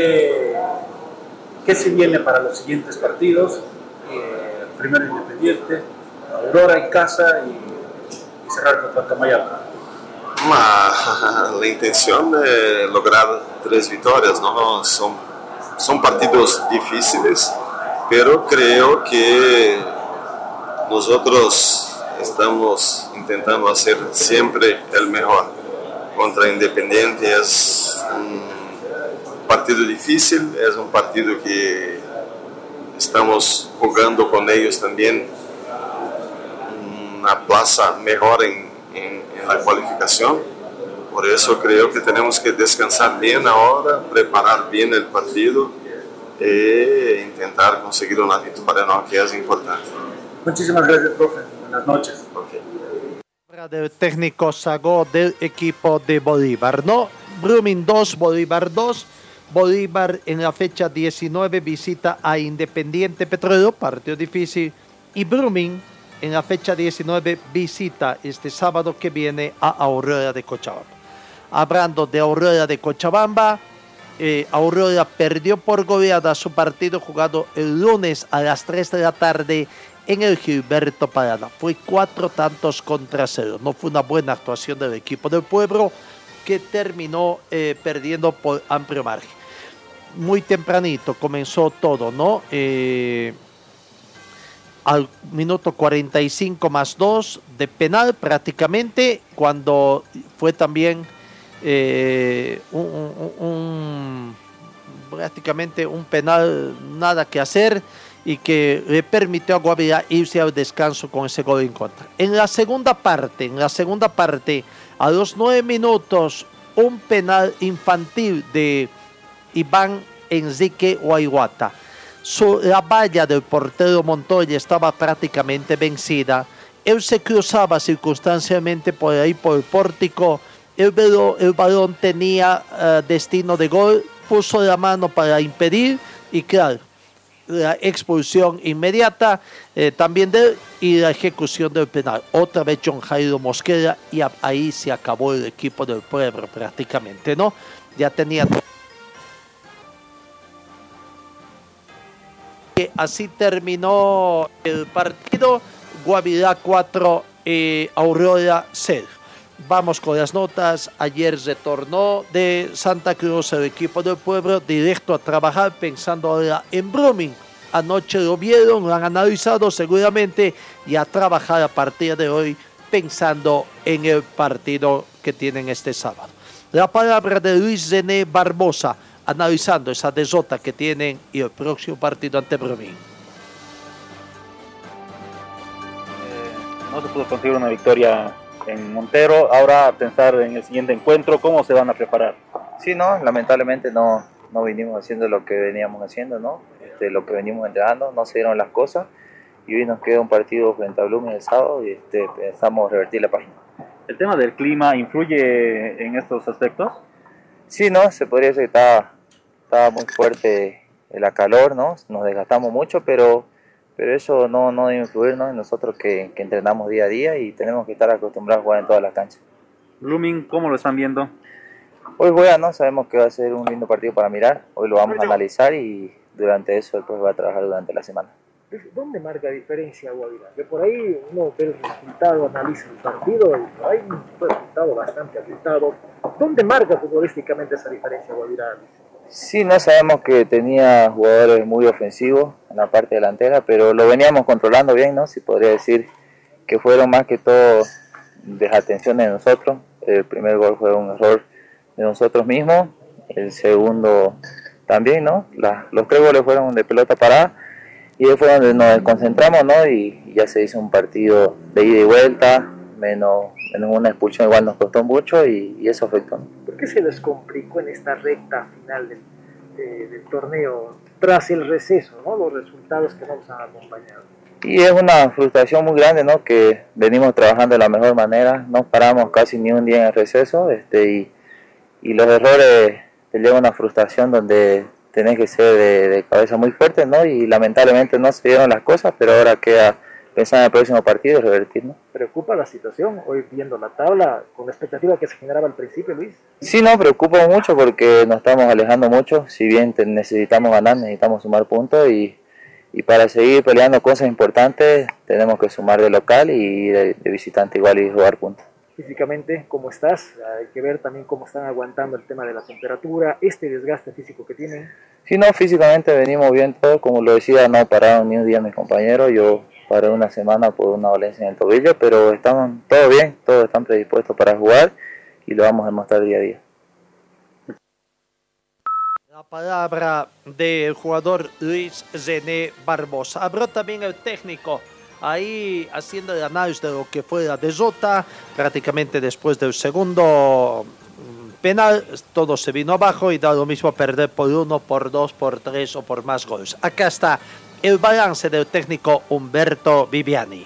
¿qué se viene para los siguientes partidos? Primero Independiente, Aurora en casa y cerrar contra Tamayapa. La intención de lograr 3 victorias, ¿no? Son partidos difíciles, pero creo que nosotros estamos intentando hacer siempre el mejor. Contra Independiente es un partido difícil, es un partido que estamos jugando con ellos también una plaza mejor en la cualificación. Por eso creo que tenemos que descansar bien ahora, preparar bien el partido e intentar conseguir una victoria, ¿no? Que es importante. Muchísimas gracias, profe. Buenas noches. Del técnico Sagó del equipo de Bolívar, ¿no? Brumming 2, Bolívar 2. Bolívar en la fecha 19 visita a Independiente Petrolero, partido difícil. Y Brumming en la fecha 19 visita este sábado que viene a Aurora de Cochabamba. Hablando de Aurora de Cochabamba, Aurora perdió por goleada su partido jugado el lunes a las 3 de la tarde en el Gilberto Parada. Fue 4-0. No fue una buena actuación del equipo del pueblo, que terminó perdiendo por amplio margen. Muy tempranito comenzó todo, ¿no? Al minuto 45 más 2 de penal prácticamente, cuando fue también prácticamente un penal nada que hacer, y que le permitió a Guavirá irse al descanso con ese gol en contra. En la segunda parte, a los 9 minutos, un penal infantil de Iván Enrique Guayguata. La valla del portero Montoya estaba prácticamente vencida. Él se cruzaba circunstancialmente por ahí, por el pórtico. El balón tenía destino de gol, puso la mano para impedir, y claro, la expulsión inmediata también de él, y la ejecución del penal. Otra vez John Jairo Mosquera, y ahí se acabó el equipo del pueblo prácticamente, ¿no? Ya tenía... Así terminó el partido. Guavirá 4, Aurora 0. Vamos con las notas. Ayer retornó de Santa Cruz el equipo del pueblo directo a trabajar, pensando ahora en Brumming. Anoche lo vieron, lo han analizado seguramente, y a trabajar a partir de hoy pensando en el partido que tienen este sábado. La palabra de Luis René Barbosa, analizando esa derrota que tienen y el próximo partido ante Brumming. No se pudo conseguir una victoria en Montero. Ahora a pensar en el siguiente encuentro, ¿cómo se van a preparar? Sí, no, lamentablemente no vinimos haciendo lo que veníamos haciendo, ¿no? Lo que venimos entrenando, no se dieron las cosas, y hoy nos queda un partido frente a Blooming el sábado, y pensamos revertir la página. ¿El tema del clima influye en estos aspectos? Sí, no, se podría decir que estaba muy fuerte la calor, ¿no? Nos desgastamos mucho, pero eso no debe influir, ¿no? En nosotros que entrenamos día a día y tenemos que estar acostumbrados a jugar en todas las canchas. Blooming, ¿cómo lo están viendo? Hoy juega, ¿no? Sabemos que va a ser un lindo partido para mirar. Hoy lo vamos a analizar y durante eso el profe va a trabajar durante la semana. ¿Dónde marca diferencia Guavirá? Que por ahí uno ve el resultado, analiza el partido y por ahí un resultado bastante ajustado. ¿Dónde marca futbolísticamente esa diferencia Guavirá? Sí, no, sabemos que tenía jugadores muy ofensivos en la parte delantera, pero lo veníamos controlando bien, ¿no? Si podría decir que fueron más que todo desatenciones de nosotros. El primer gol fue un error de nosotros mismos, el segundo también, ¿no? Los 3 goles fueron de pelota parada, y ahí fue donde nos concentramos, ¿no? Y ya se hizo un partido de ida y vuelta, menos una expulsión igual nos costó mucho, y eso afectó, ¿no? ¿Por qué se les complicó en esta recta final del torneo tras el receso, ¿no? Los resultados que nos han acompañado. Y es una frustración muy grande, ¿no? Que venimos trabajando de la mejor manera, no paramos casi ni un día en el receso, y los errores te llevan a una frustración donde tenés que ser de cabeza muy fuerte, ¿no? Y lamentablemente no se dieron las cosas, pero ahora queda pensar en el próximo partido y revertir, ¿no? ¿Preocupa la situación hoy viendo la tabla con la expectativa que se generaba al principio, Luis? Sí, no, preocupa mucho porque nos estamos alejando mucho. Si bien necesitamos ganar, necesitamos sumar puntos, y para seguir peleando cosas importantes tenemos que sumar de local y de visitante igual y jugar puntos. físicamente, ¿cómo estás? Hay que ver también cómo están aguantando el tema de la temperatura, este desgaste físico que tienen. Sí, no, físicamente venimos bien todos, como lo decía, no pararon ni un día mis compañeros, yo paré una semana por una dolencia en el tobillo, pero estamos todo bien, todos están predispuestos para jugar y lo vamos a demostrar día a día. La palabra del jugador Luis René Barbosa. Habló también el técnico ahí haciendo el análisis de lo que fue la derrota, prácticamente después del segundo penal, todo se vino abajo y da lo mismo perder por 1, por 2, por 3 o por más goles. Acá está el balance del técnico Humberto Viviani.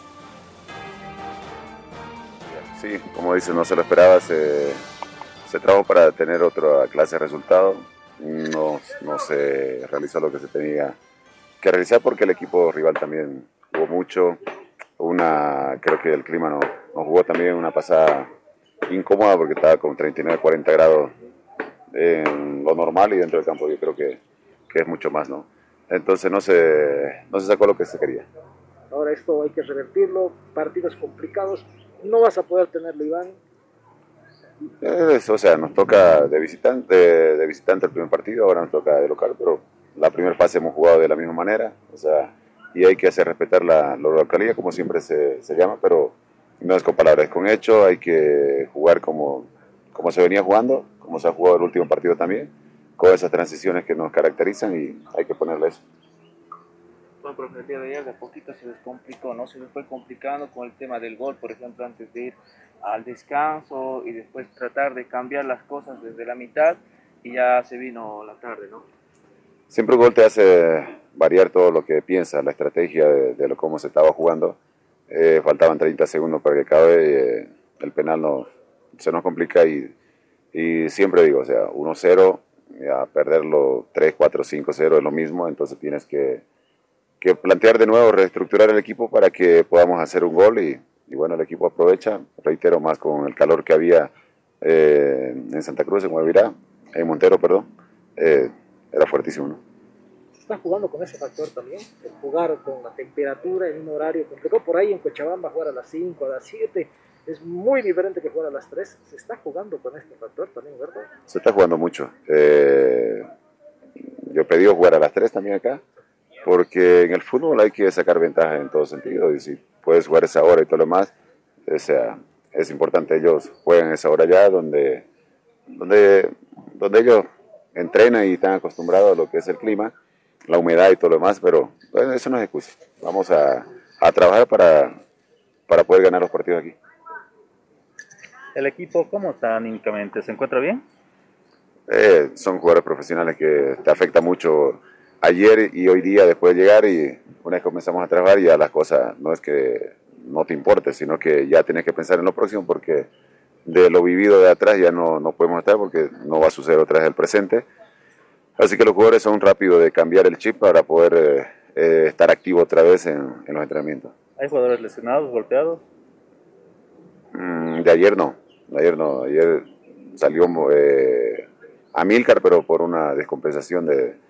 Sí, como dices, no se lo esperaba, se trabajó para tener otra clase de resultado, no se realizó lo que se tenía que realizar porque el equipo rival también jugó mucho, creo que el clima nos jugó también una pasada incómoda porque estaba con 39-40 grados en lo normal y dentro del campo yo creo que es mucho más, ¿no? Entonces no se sacó lo que se quería. Ahora esto hay que revertirlo, partidos complicados, no vas a poder tenerlo, Iván. O sea, nos toca de visitante el primer partido, ahora nos toca de local, pero la primera fase hemos jugado de la misma manera, o sea, y hay que hacer respetar la localidad, como siempre se llama, pero no es con palabras, es con hechos, hay que jugar como se venía jugando, como se ha jugado el último partido también, con esas transiciones que nos caracterizan y hay que ponerle eso. Bueno, profe, el día de ayer de a poquito se les complicó, ¿no? Se les fue complicando con el tema del gol, por ejemplo, antes de ir al descanso y después tratar de cambiar las cosas desde la mitad y ya se vino la tarde, ¿no? Siempre un gol te hace variar todo lo que piensas, la estrategia de cómo se estaba jugando. Faltaban 30 segundos para que acabe, el penal se nos complica y siempre digo, o sea, 1-0, a perderlo 3, 4, 5-0 es lo mismo, entonces tienes que plantear de nuevo, reestructurar el equipo para que podamos hacer un gol y bueno, el equipo aprovecha, reitero, más con el calor que había en Santa Cruz, en Montero, perdón, era fuertísimo, ¿no? Se está jugando con ese factor también, el jugar con la temperatura en un horario complicado, por ahí en Cochabamba jugar a las 5, a las 7, es muy diferente que jugar a las 3, se está jugando con este factor también, ¿verdad? Se está jugando mucho, yo pedí jugar a las 3 también acá, porque en el fútbol hay que sacar ventaja en todo sentido, y si puedes jugar esa hora y todo lo demás, o sea, es importante, ellos juegan esa hora ya donde ellos entrenan y están acostumbrados a lo que es el clima, la humedad y todo lo demás, pero bueno, eso no es excusa, vamos a trabajar para poder ganar los partidos aquí. ¿El equipo cómo está anímicamente? ¿Se encuentra bien? Son jugadores profesionales que te afecta mucho ayer y hoy día después de llegar y una vez comenzamos a trabajar ya las cosas no es que no te importe, sino que ya tienes que pensar en lo próximo porque de lo vivido de atrás ya no podemos estar porque no va a suceder otra vez el presente. Así que los jugadores son rápidos de cambiar el chip para poder estar activos otra vez en los entrenamientos. ¿Hay jugadores lesionados, golpeados? De ayer no, ayer salió Amílcar, pero por una descompensación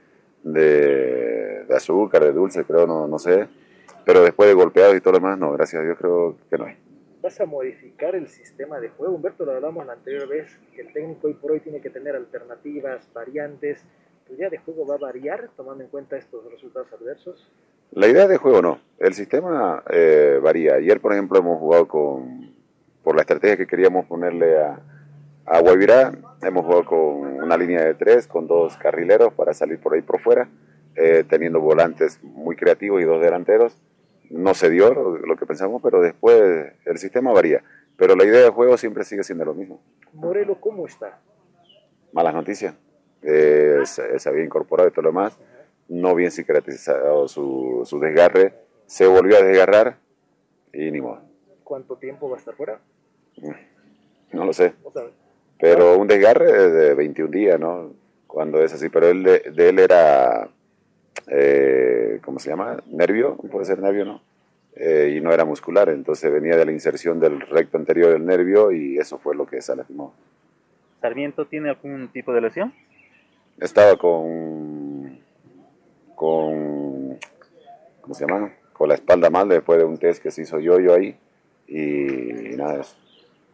de azúcar, de dulce, creo, no sé, pero después de golpeados y todo lo demás, no, gracias a Dios creo que no hay. ¿Vas a modificar el sistema de juego? Humberto, lo hablamos la anterior vez, que el técnico hoy por hoy tiene que tener alternativas, variantes. ¿Tu idea de juego va a variar tomando en cuenta estos resultados adversos? La idea de juego no, el sistema varía. Ayer, por ejemplo, hemos jugado por la estrategia que queríamos ponerle a Guavirá, hemos jugado con una línea de 3, con 2 carrileros para salir por ahí por fuera, teniendo volantes muy creativos y 2 delanteros. No se dio lo que pensamos, pero después el sistema varía. Pero la idea de juego siempre sigue siendo lo mismo. Morelo, ¿cómo está? Malas noticias. Se había incorporado y todo lo demás. No bien cicatrizado su desgarre. Se volvió a desgarrar y ni modo. ¿Cuánto tiempo va a estar fuera? No lo sé. Pero un desgarre de 21 días, ¿no? Cuando es así. Pero él de él era... ¿cómo se llama? Nervio, puede ser nervio, ¿no? Y no era muscular, entonces venía de la inserción del recto anterior del nervio y eso fue lo que se lastimó. ¿Sarmiento tiene algún tipo de lesión? Estaba con ¿cómo se llama? Con la espalda mal después de un test que se hizo yo ahí y nada de eso.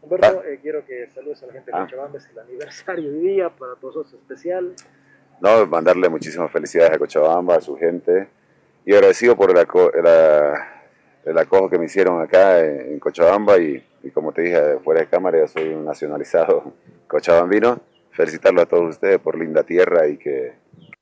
Humberto, quiero que saludes a la gente de Cochabamba, es el aniversario hoy día, para todos es especial. No, mandarle muchísimas felicidades a Cochabamba, a su gente, y agradecido por el acojo que me hicieron acá en Cochabamba, y como te dije fuera de cámara, ya soy un nacionalizado cochabambino. Felicitarlo a todos ustedes por linda tierra y que...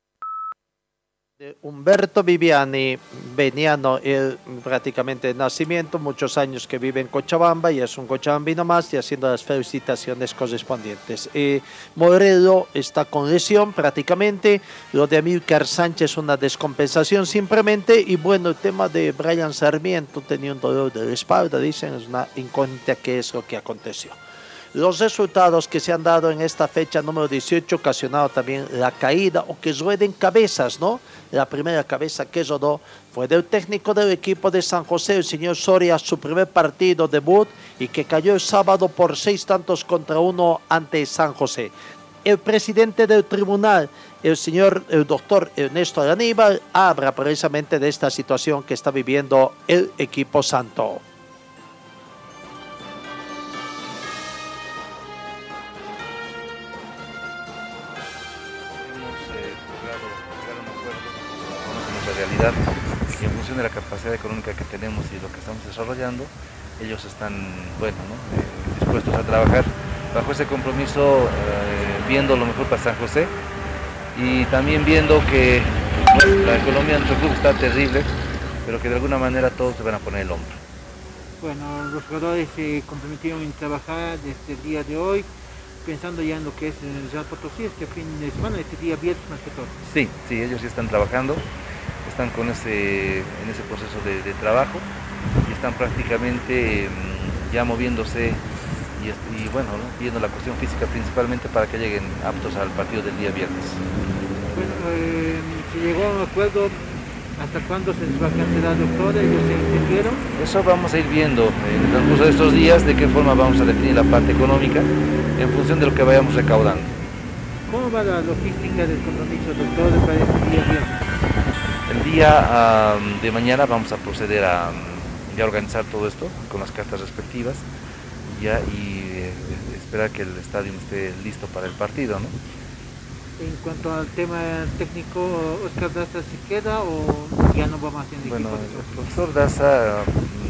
Humberto Viviani, veniano, él prácticamente de nacimiento, muchos años que vive en Cochabamba y es un cochabambino más, y haciendo las felicitaciones correspondientes. Morelos está con lesión prácticamente, lo de Amílcar Sánchez una descompensación simplemente, y bueno, el tema de Brian Sarmiento tenía un dolor de la espalda, dicen, es una incógnita qué es lo que aconteció. Los resultados que se han dado en esta fecha número 18 ocasionado también la caída o que rueden cabezas, ¿no? La primera cabeza que rodó fue del técnico del equipo de San José, el señor Soria, su primer partido debut, y que cayó el sábado por 6-1 ante San José. El presidente del tribunal, el doctor Ernesto Aníbal, habla precisamente de esta situación que está viviendo el equipo santo. Realidad, y en función de la capacidad económica que tenemos y lo que estamos desarrollando, ellos están dispuestos a trabajar bajo ese compromiso, viendo lo mejor para San José, y también viendo que la economía de nuestro club está terrible, pero que de alguna manera todos se van a poner el hombro. Bueno, los jugadores se comprometieron en trabajar desde el día de hoy, pensando ya en lo que es el Real Potosí este fin de semana, este día viernes más que todo. Sí, ellos ya están trabajando, están en ese proceso de trabajo, y están prácticamente ya moviéndose y bueno, ¿no?, viendo la cuestión física principalmente para que lleguen aptos al partido del día viernes. Bueno, se llegó a un acuerdo. ¿Hasta cuándo se les va a cancelar, doctor? ¿Ellos se entendieron? Eso vamos a ir viendo en el transcurso de estos días, de qué forma vamos a definir la parte económica en función de lo que vayamos recaudando. ¿Cómo va la logística del compromiso, doctor, para este día viernes? El día de mañana vamos a proceder a organizar todo esto con las cartas respectivas y esperar que el estadio esté listo para el partido, ¿no? En cuanto al tema técnico, ¿Oscar Daza se queda o ya no va más en el equipo? Bueno, el profesor Daza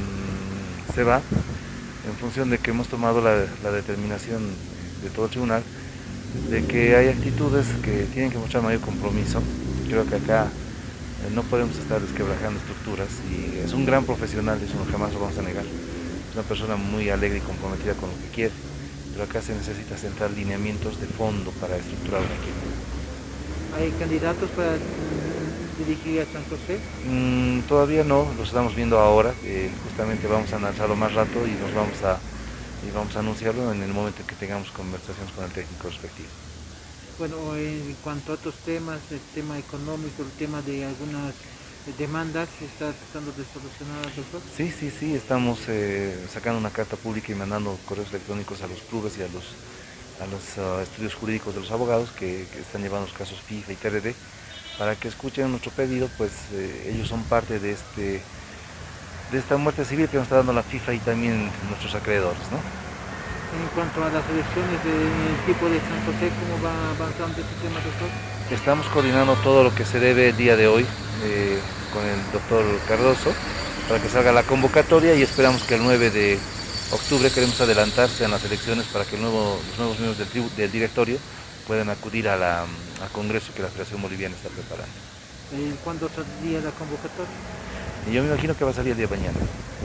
se va en función de que hemos tomado la determinación de todo el tribunal de que hay actitudes que tienen que mostrar mayor compromiso. Creo que acá no podemos estar desquebrajando estructuras, y es un gran profesional, eso jamás lo vamos a negar. Es una persona muy alegre y comprometida con lo que quiere, pero acá se necesita centrar lineamientos de fondo para estructurar un equipo. ¿Hay candidatos para dirigir a San José? Todavía no, los estamos viendo ahora, justamente vamos a analizarlo más rato y vamos a anunciarlo en el momento en que tengamos conversaciones con el técnico respectivo. Bueno, en cuanto a otros temas, el tema económico, el tema de algunas demandas, ¿se está tratando de solucionar, doctor? Sí, estamos sacando una carta pública y mandando correos electrónicos a los clubes y a los estudios jurídicos de los abogados que están llevando los casos FIFA y TRD, para que escuchen nuestro pedido, pues ellos son parte de esta muerte civil que nos está dando la FIFA y también nuestros acreedores, ¿no? En cuanto a las elecciones del equipo de San José, ¿cómo va avanzando este tema, doctor? Estamos coordinando todo lo que se debe el día de hoy con el doctor Cardoso para que salga la convocatoria, y esperamos que el 9 de octubre queremos adelantarse a las elecciones para que los nuevos miembros del directorio puedan acudir al congreso que la Federación Boliviana está preparando. ¿Cuándo saldría la convocatoria? Yo me imagino que va a salir el día de mañana.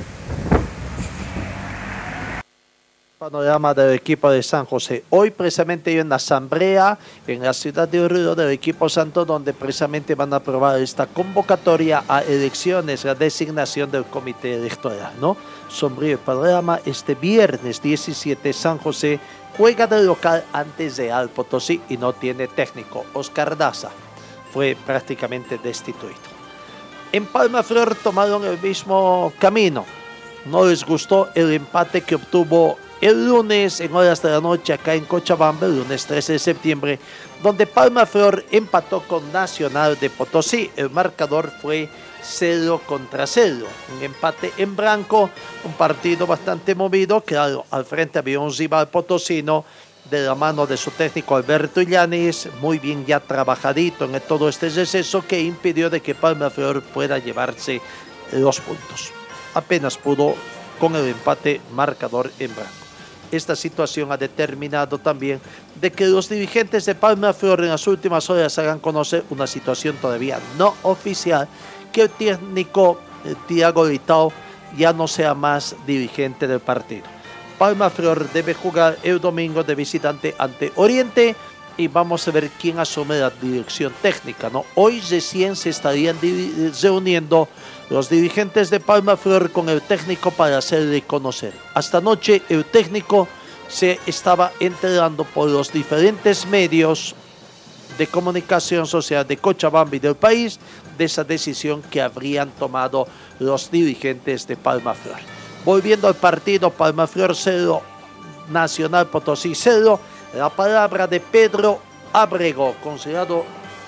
Panorama del equipo de San José. Hoy precisamente hay una asamblea en la ciudad de Oruro del equipo santo, donde precisamente van a aprobar esta convocatoria a elecciones, la designación del comité electoral, ¿no? Sombrío el panorama. Este viernes 17 San José juega de local antes de Real Potosí y no tiene técnico. Oscar Daza fue prácticamente destituido. En Palma Flor tomaron el mismo camino. No les gustó el empate que obtuvo el lunes en horas de la noche acá en Cochabamba, el lunes 13 de septiembre, donde Palma Flor empató con Nacional de Potosí. El marcador fue 0-0, un empate en blanco, un partido bastante movido. Claro, al frente había un rival potosino de la mano de su técnico Alberto Illanes, muy bien ya trabajadito en todo este receso, que impidió de que Palma Flor pueda llevarse los puntos. Apenas pudo con el empate marcador en blanco. Esta situación ha determinado también de que los dirigentes de Palma Flor en las últimas horas hagan conocer una situación todavía no oficial, que el técnico Thiago Leitão ya no sea más dirigente del partido. Palma Flor debe jugar el domingo de visitante ante Oriente y vamos a ver quién asume la dirección técnica, ¿no? Hoy recién se estarían reuniendo los dirigentes de Palma Flor con el técnico para hacerle conocer. Hasta anoche el técnico se estaba enterando por los diferentes medios de comunicación social de Cochabamba y del país de esa decisión que habrían tomado los dirigentes de Palma Flor. Volviendo al partido, Palma Flor 0, Nacional Potosí 0, la palabra de Pedro Ábrego, considerado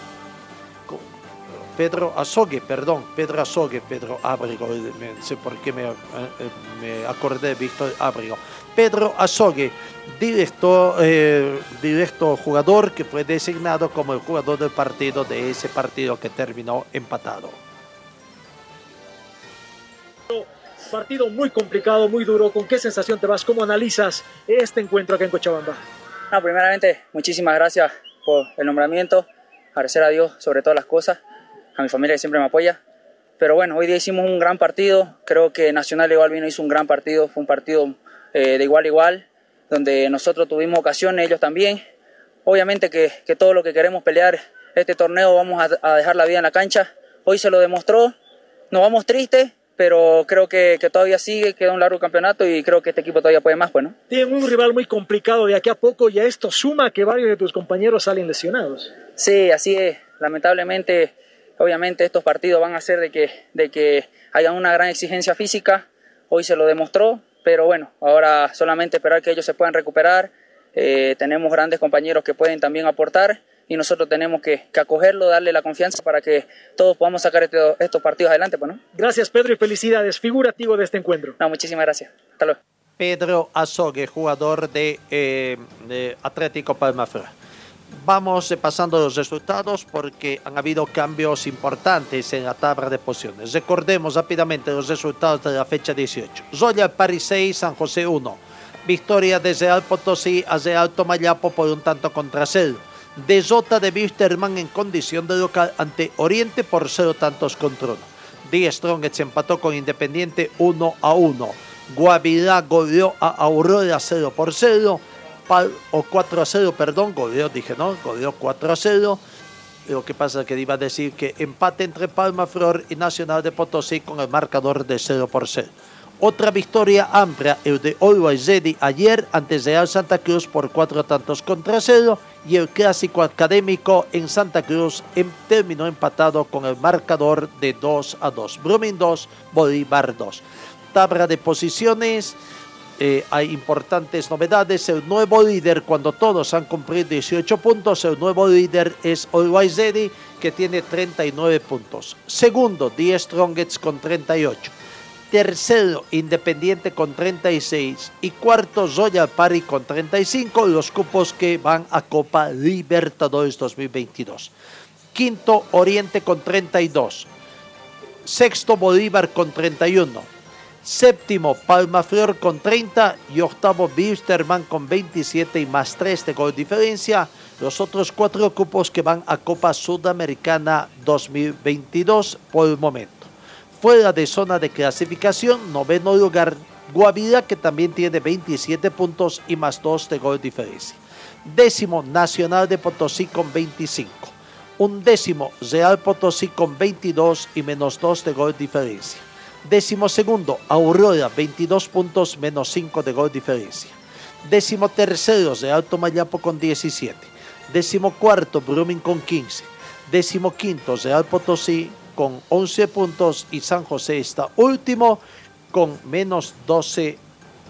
Pedro Azogue, Pedro Ábrego, no sé por qué me acordé de Víctor Ábrego. Pedro Azogue, directo jugador que fue designado como el jugador del partido, de ese partido que terminó empatado. Partido muy complicado, muy duro. ¿Con qué sensación te vas? ¿Cómo analizas este encuentro acá en Cochabamba? No, primeramente, muchísimas gracias por el nombramiento. Agradecer a Dios sobre todas las cosas, a mi familia que siempre me apoya. Pero bueno, hoy día hicimos un gran partido. Creo que Nacional igual vino, hizo un gran partido. Fue un partido de igual a igual, donde nosotros tuvimos ocasiones, ellos también. Obviamente que todo lo que queremos pelear este torneo vamos a dejar la vida en la cancha. Hoy se lo demostró. Nos vamos tristes, pero creo que todavía sigue, queda un largo campeonato y creo que este equipo todavía puede más, pues, ¿no? Tienen un rival muy complicado de aquí a poco y a esto suma que varios de tus compañeros salen lesionados. Sí, así es. Lamentablemente, obviamente estos partidos van a hacer de que haya una gran exigencia física. Hoy se lo demostró, pero bueno, ahora solamente esperar que ellos se puedan recuperar. Tenemos grandes compañeros que pueden también aportar y nosotros tenemos que acogerlo, darle la confianza para que todos podamos sacar estos partidos adelante, pues, ¿no? Gracias, Pedro, y felicidades, figurativo de este encuentro. No, muchísimas gracias. Hasta luego. Pedro Azogue, jugador de Atlético Palma Flor. Vamos pasando los resultados porque han habido cambios importantes en la tabla de posiciones. Recordemos rápidamente los resultados de la fecha 18. Royal Party 6, San José 1. Victoria de Real Potosí a Real Tomayapo por 1-0. Derrota de Wisterman en condición de local ante Oriente por 0-1. Die Strongets empató con Independiente 1-1. Guavirá goleó a Aurora 0-0. 4-0, perdón, goleó 4-0. Lo que pasa es que iba a decir que empate entre Palma Flor y Nacional de Potosí con el marcador de 0-0. Otra victoria amplia, el de Always Ready ayer ante Real Santa Cruz por 4-0 y el clásico académico en Santa Cruz terminó empatado con el marcador de 2-2. Brumming 2, Bolívar 2. Tabla de posiciones, hay importantes novedades. El nuevo líder, cuando todos han cumplido 18 puntos, el nuevo líder es Always Ready, que tiene 39 puntos. Segundo, Die Strongets con 38. Tercero, Independiente con 36 y cuarto, Royal Party con 35, los cupos que van a Copa Libertadores 2022. Quinto, Oriente con 32. Sexto, Bolívar con 31. Séptimo, Palma Flor con 30 y octavo, Wisterman con 27 y más 3 de gol diferencia. Los otros 4 cupos que van a Copa Sudamericana 2022 por el momento. Fuera de zona de clasificación, noveno lugar, Guavirá, que también tiene 27 puntos y más 2 de gol diferencia. Décimo, Nacional de Potosí con 25. Undécimo, Real Potosí con 22 y menos 2 de gol diferencia. Décimo segundo, Aurora, 22 puntos, menos 5 de gol diferencia. Décimo tercero, Real Tomayapo con 17. Décimo cuarto, Brumming con 15. Décimo quinto, Real Potosí con 11 puntos y San José está último con menos 12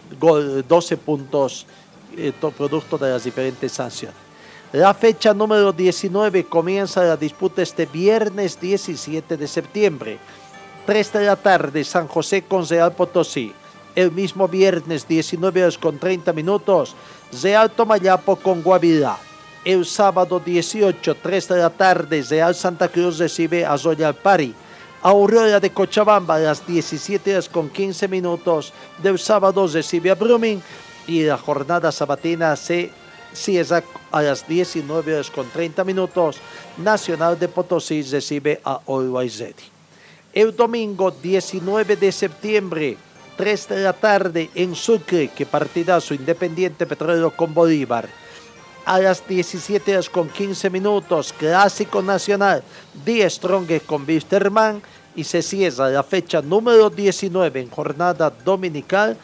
12 puntos producto de las diferentes sanciones. La fecha número 19 comienza la disputa este viernes 17 de septiembre. 3 de la tarde, San José con Real Potosí. El mismo viernes 19:30, Real Tomayapo con Guavirá. El sábado 18, 3 de la tarde, Real Santa Cruz recibe a Royal Party. Aurora de Cochabamba a las 17:15 del sábado recibe a Brumming y la jornada sabatina se cierra a las 19:30. Nacional de Potosí recibe a Always Ready. El domingo 19 de septiembre, 3 de la tarde en Sucre, que partidazo Independiente Petrolero con Bolívar. A las 17:15, Clásico Nacional, Die Strong con Wisterman, y se cierra la fecha número 19 en jornada dominical,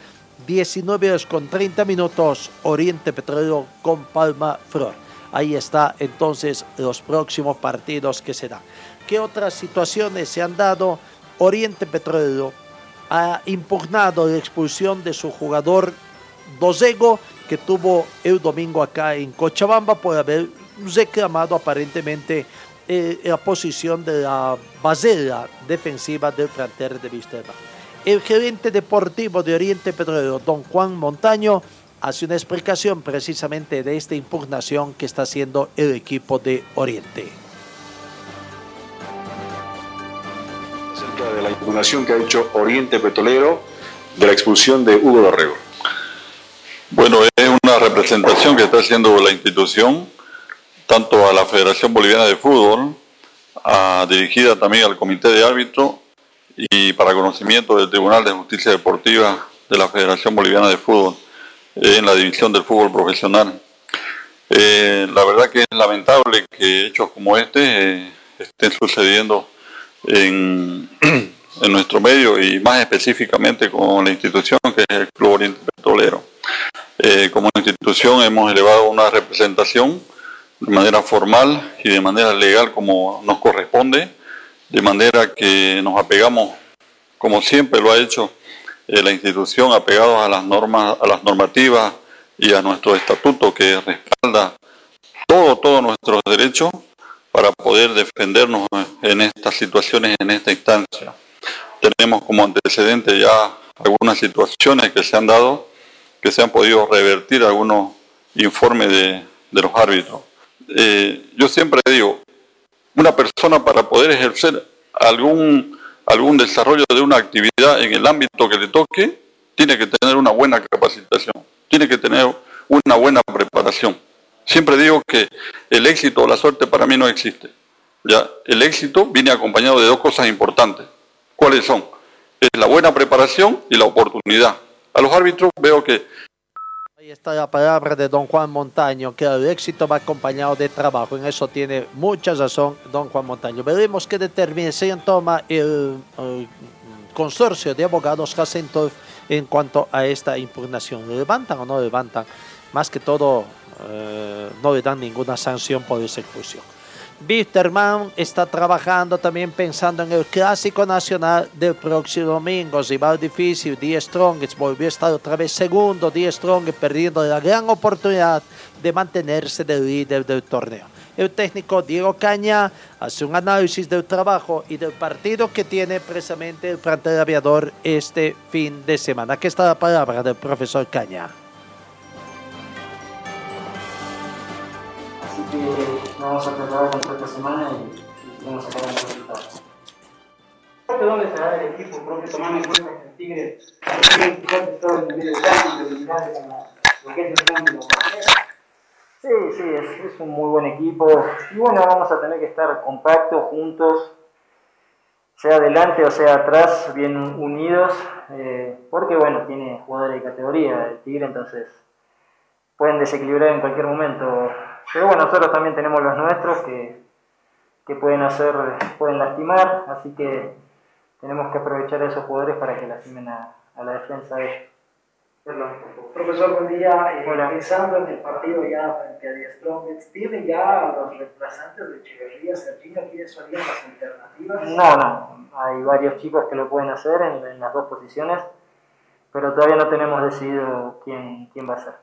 19:30, Oriente Petrolero con Palma Flor. Ahí está entonces los próximos partidos que se dan. ¿Qué otras situaciones se han dado? Oriente Petrolero ha impugnado la expulsión de su jugador Dosego, que tuvo el domingo acá en Cochabamba por haber reclamado aparentemente la posición de la basera defensiva del plantel de Wisterman. El gerente deportivo de Oriente Petrolero, don Juan Montaño, hace una explicación precisamente de esta impugnación que está haciendo el equipo de Oriente. Acerca de la impugnación que ha hecho Oriente Petrolero de la expulsión de Hugo Dorrego. Bueno, es una representación que está haciendo la institución, tanto a la Federación Boliviana de Fútbol, dirigida también al Comité de Árbitros y para conocimiento del Tribunal de Justicia Deportiva de la Federación Boliviana de Fútbol en la división del fútbol profesional. La verdad que es lamentable que hechos como este estén sucediendo en nuestro medio y más específicamente con la institución que es el Club Oriente Petrolero. Como institución hemos elevado una representación de manera formal y de manera legal como nos corresponde, de manera que nos apegamos, como siempre lo ha hecho la institución, apegados a las normas, a las normativas y a nuestro estatuto que respalda todos nuestros derechos para poder defendernos en estas situaciones, en esta instancia. Tenemos como antecedente ya algunas situaciones que se han dado, que se han podido revertir algunos informes de los árbitros. Yo siempre digo, una persona para poder ejercer algún desarrollo de una actividad en el ámbito que le toque, tiene que tener una buena capacitación, tiene que tener una buena preparación. Siempre digo que el éxito o la suerte para mí no existe. ¿Ya? El éxito viene acompañado de dos cosas importantes. ¿Cuáles son? Es la buena preparación y la oportunidad. A los árbitros veo que... Ahí está la palabra de don Juan Montaño, que el éxito va acompañado de trabajo. En eso tiene mucha razón don Juan Montaño. Veremos qué determinación toma el consorcio de abogados Hasselhoff en cuanto a esta impugnación. ¿Le levantan o no levantan? Más que todo, no le dan ninguna sanción por esa expulsión. Wisterman está trabajando también pensando en el Clásico Nacional del próximo domingo. Rival difícil, Die Strongest volvió a estar otra vez segundo. Die Strongest perdiendo la gran oportunidad de mantenerse de líder del torneo. El técnico Diego Caña hace un análisis del trabajo y del partido que tiene precisamente el plantel aviador este fin de semana. Aquí está la palabra del profesor Caña. Así que vamos a preparar esta semana y vamos a sacar un resultado. ¿Dónde estará el equipo propio tomando en cuenta que el Tigre tiene todo el nivel de cambio, de unidades en lo que es el cambio? Sí, es un muy buen equipo y bueno, vamos a tener que estar compactos, juntos, sea adelante o sea atrás, bien unidos, porque bueno, tiene jugadores de categoría el Tigre, entonces pueden desequilibrar en cualquier momento. Pero bueno, nosotros también tenemos los nuestros que pueden lastimar, así que tenemos que aprovechar a esos jugadores para que lastimen a la defensa de ellos. Profesor, buen día. Pensando en el partido ya frente a Die Strongest, ¿tienen ya los reemplazantes de Echeverría, Sergino? ¿Quiénes serían las alternativas? No, hay varios chicos que lo pueden hacer en las dos posiciones. pero todavía no tenemos decidido quién va a ser.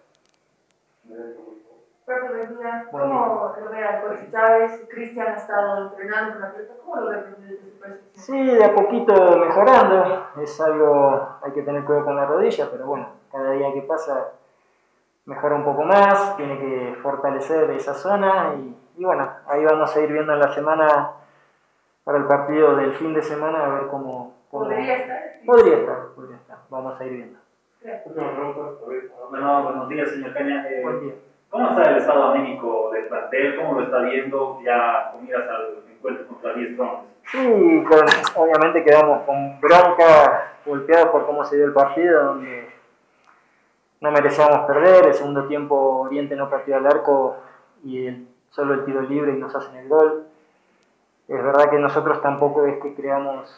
Profe, buen día. ¿Cómo lo ve al coach Chávez? Cristian ha estado entrenando con la pelota. ¿Cómo lo ve desde su perspectiva? Sí, de a poquito mejorando. Es algo, hay que tener cuidado con la rodilla, pero bueno, cada día que pasa mejora un poco más, tiene que fortalecer esa zona y bueno, ahí vamos a ir viendo en la semana para el partido del fin de semana a ver cómo ¿Podría estar? Podría estar. Vamos a ir viendo. Bueno, buenos días, señor Caña. Buen día. ¿Cómo está el estado anímico del plantel? ¿Cómo lo está viendo ya con miras al encuentro contra 10 Strongest? Sí, obviamente quedamos con bronca, golpeados por cómo se dio el partido, donde no merecíamos perder. El segundo tiempo Oriente no pateó al arco y solo el tiro libre y nos hacen el gol. Es verdad que nosotros tampoco es que creamos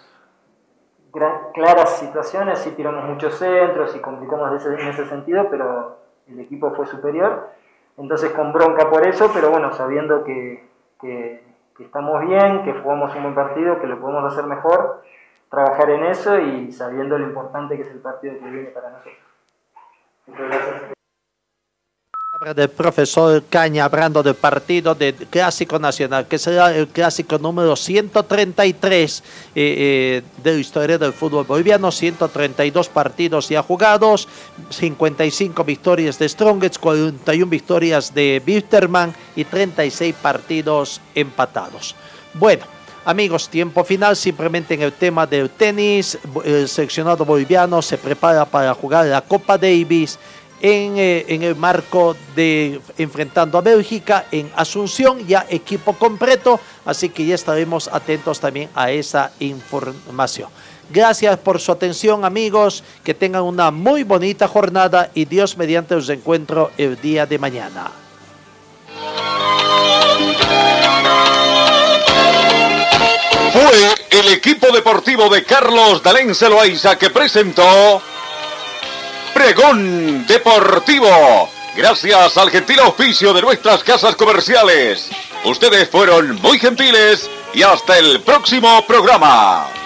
claras situaciones, sí tiramos muchos centros y complicamos en ese sentido, pero el equipo fue superior. Entonces con bronca por eso, pero bueno, sabiendo que estamos bien, que jugamos un buen partido, que lo podemos hacer mejor, trabajar en eso y sabiendo lo importante que es el partido que viene para nosotros. Muchas gracias. Del profesor Caña hablando del partido del Clásico Nacional, que será el clásico número 133 de la historia del fútbol boliviano. 132 partidos ya jugados, 55 victorias de Strongest, 41 victorias de Wilstermann y 36 partidos empatados. Bueno, amigos, tiempo final. Simplemente en el tema del tenis, el seleccionado boliviano se prepara para jugar la Copa Davis en el marco de enfrentando a Bélgica en Asunción, ya equipo completo, así que ya estaremos atentos también a esa información. Gracias por su atención, amigos, que tengan una muy bonita jornada y Dios mediante los encuentro el día de mañana. Fue el equipo deportivo de Carlos D'Alence Loaiza que presentó Pregón Deportivo. Gracias al gentil auspicio de nuestras casas comerciales. Ustedes fueron muy gentiles y hasta el próximo programa.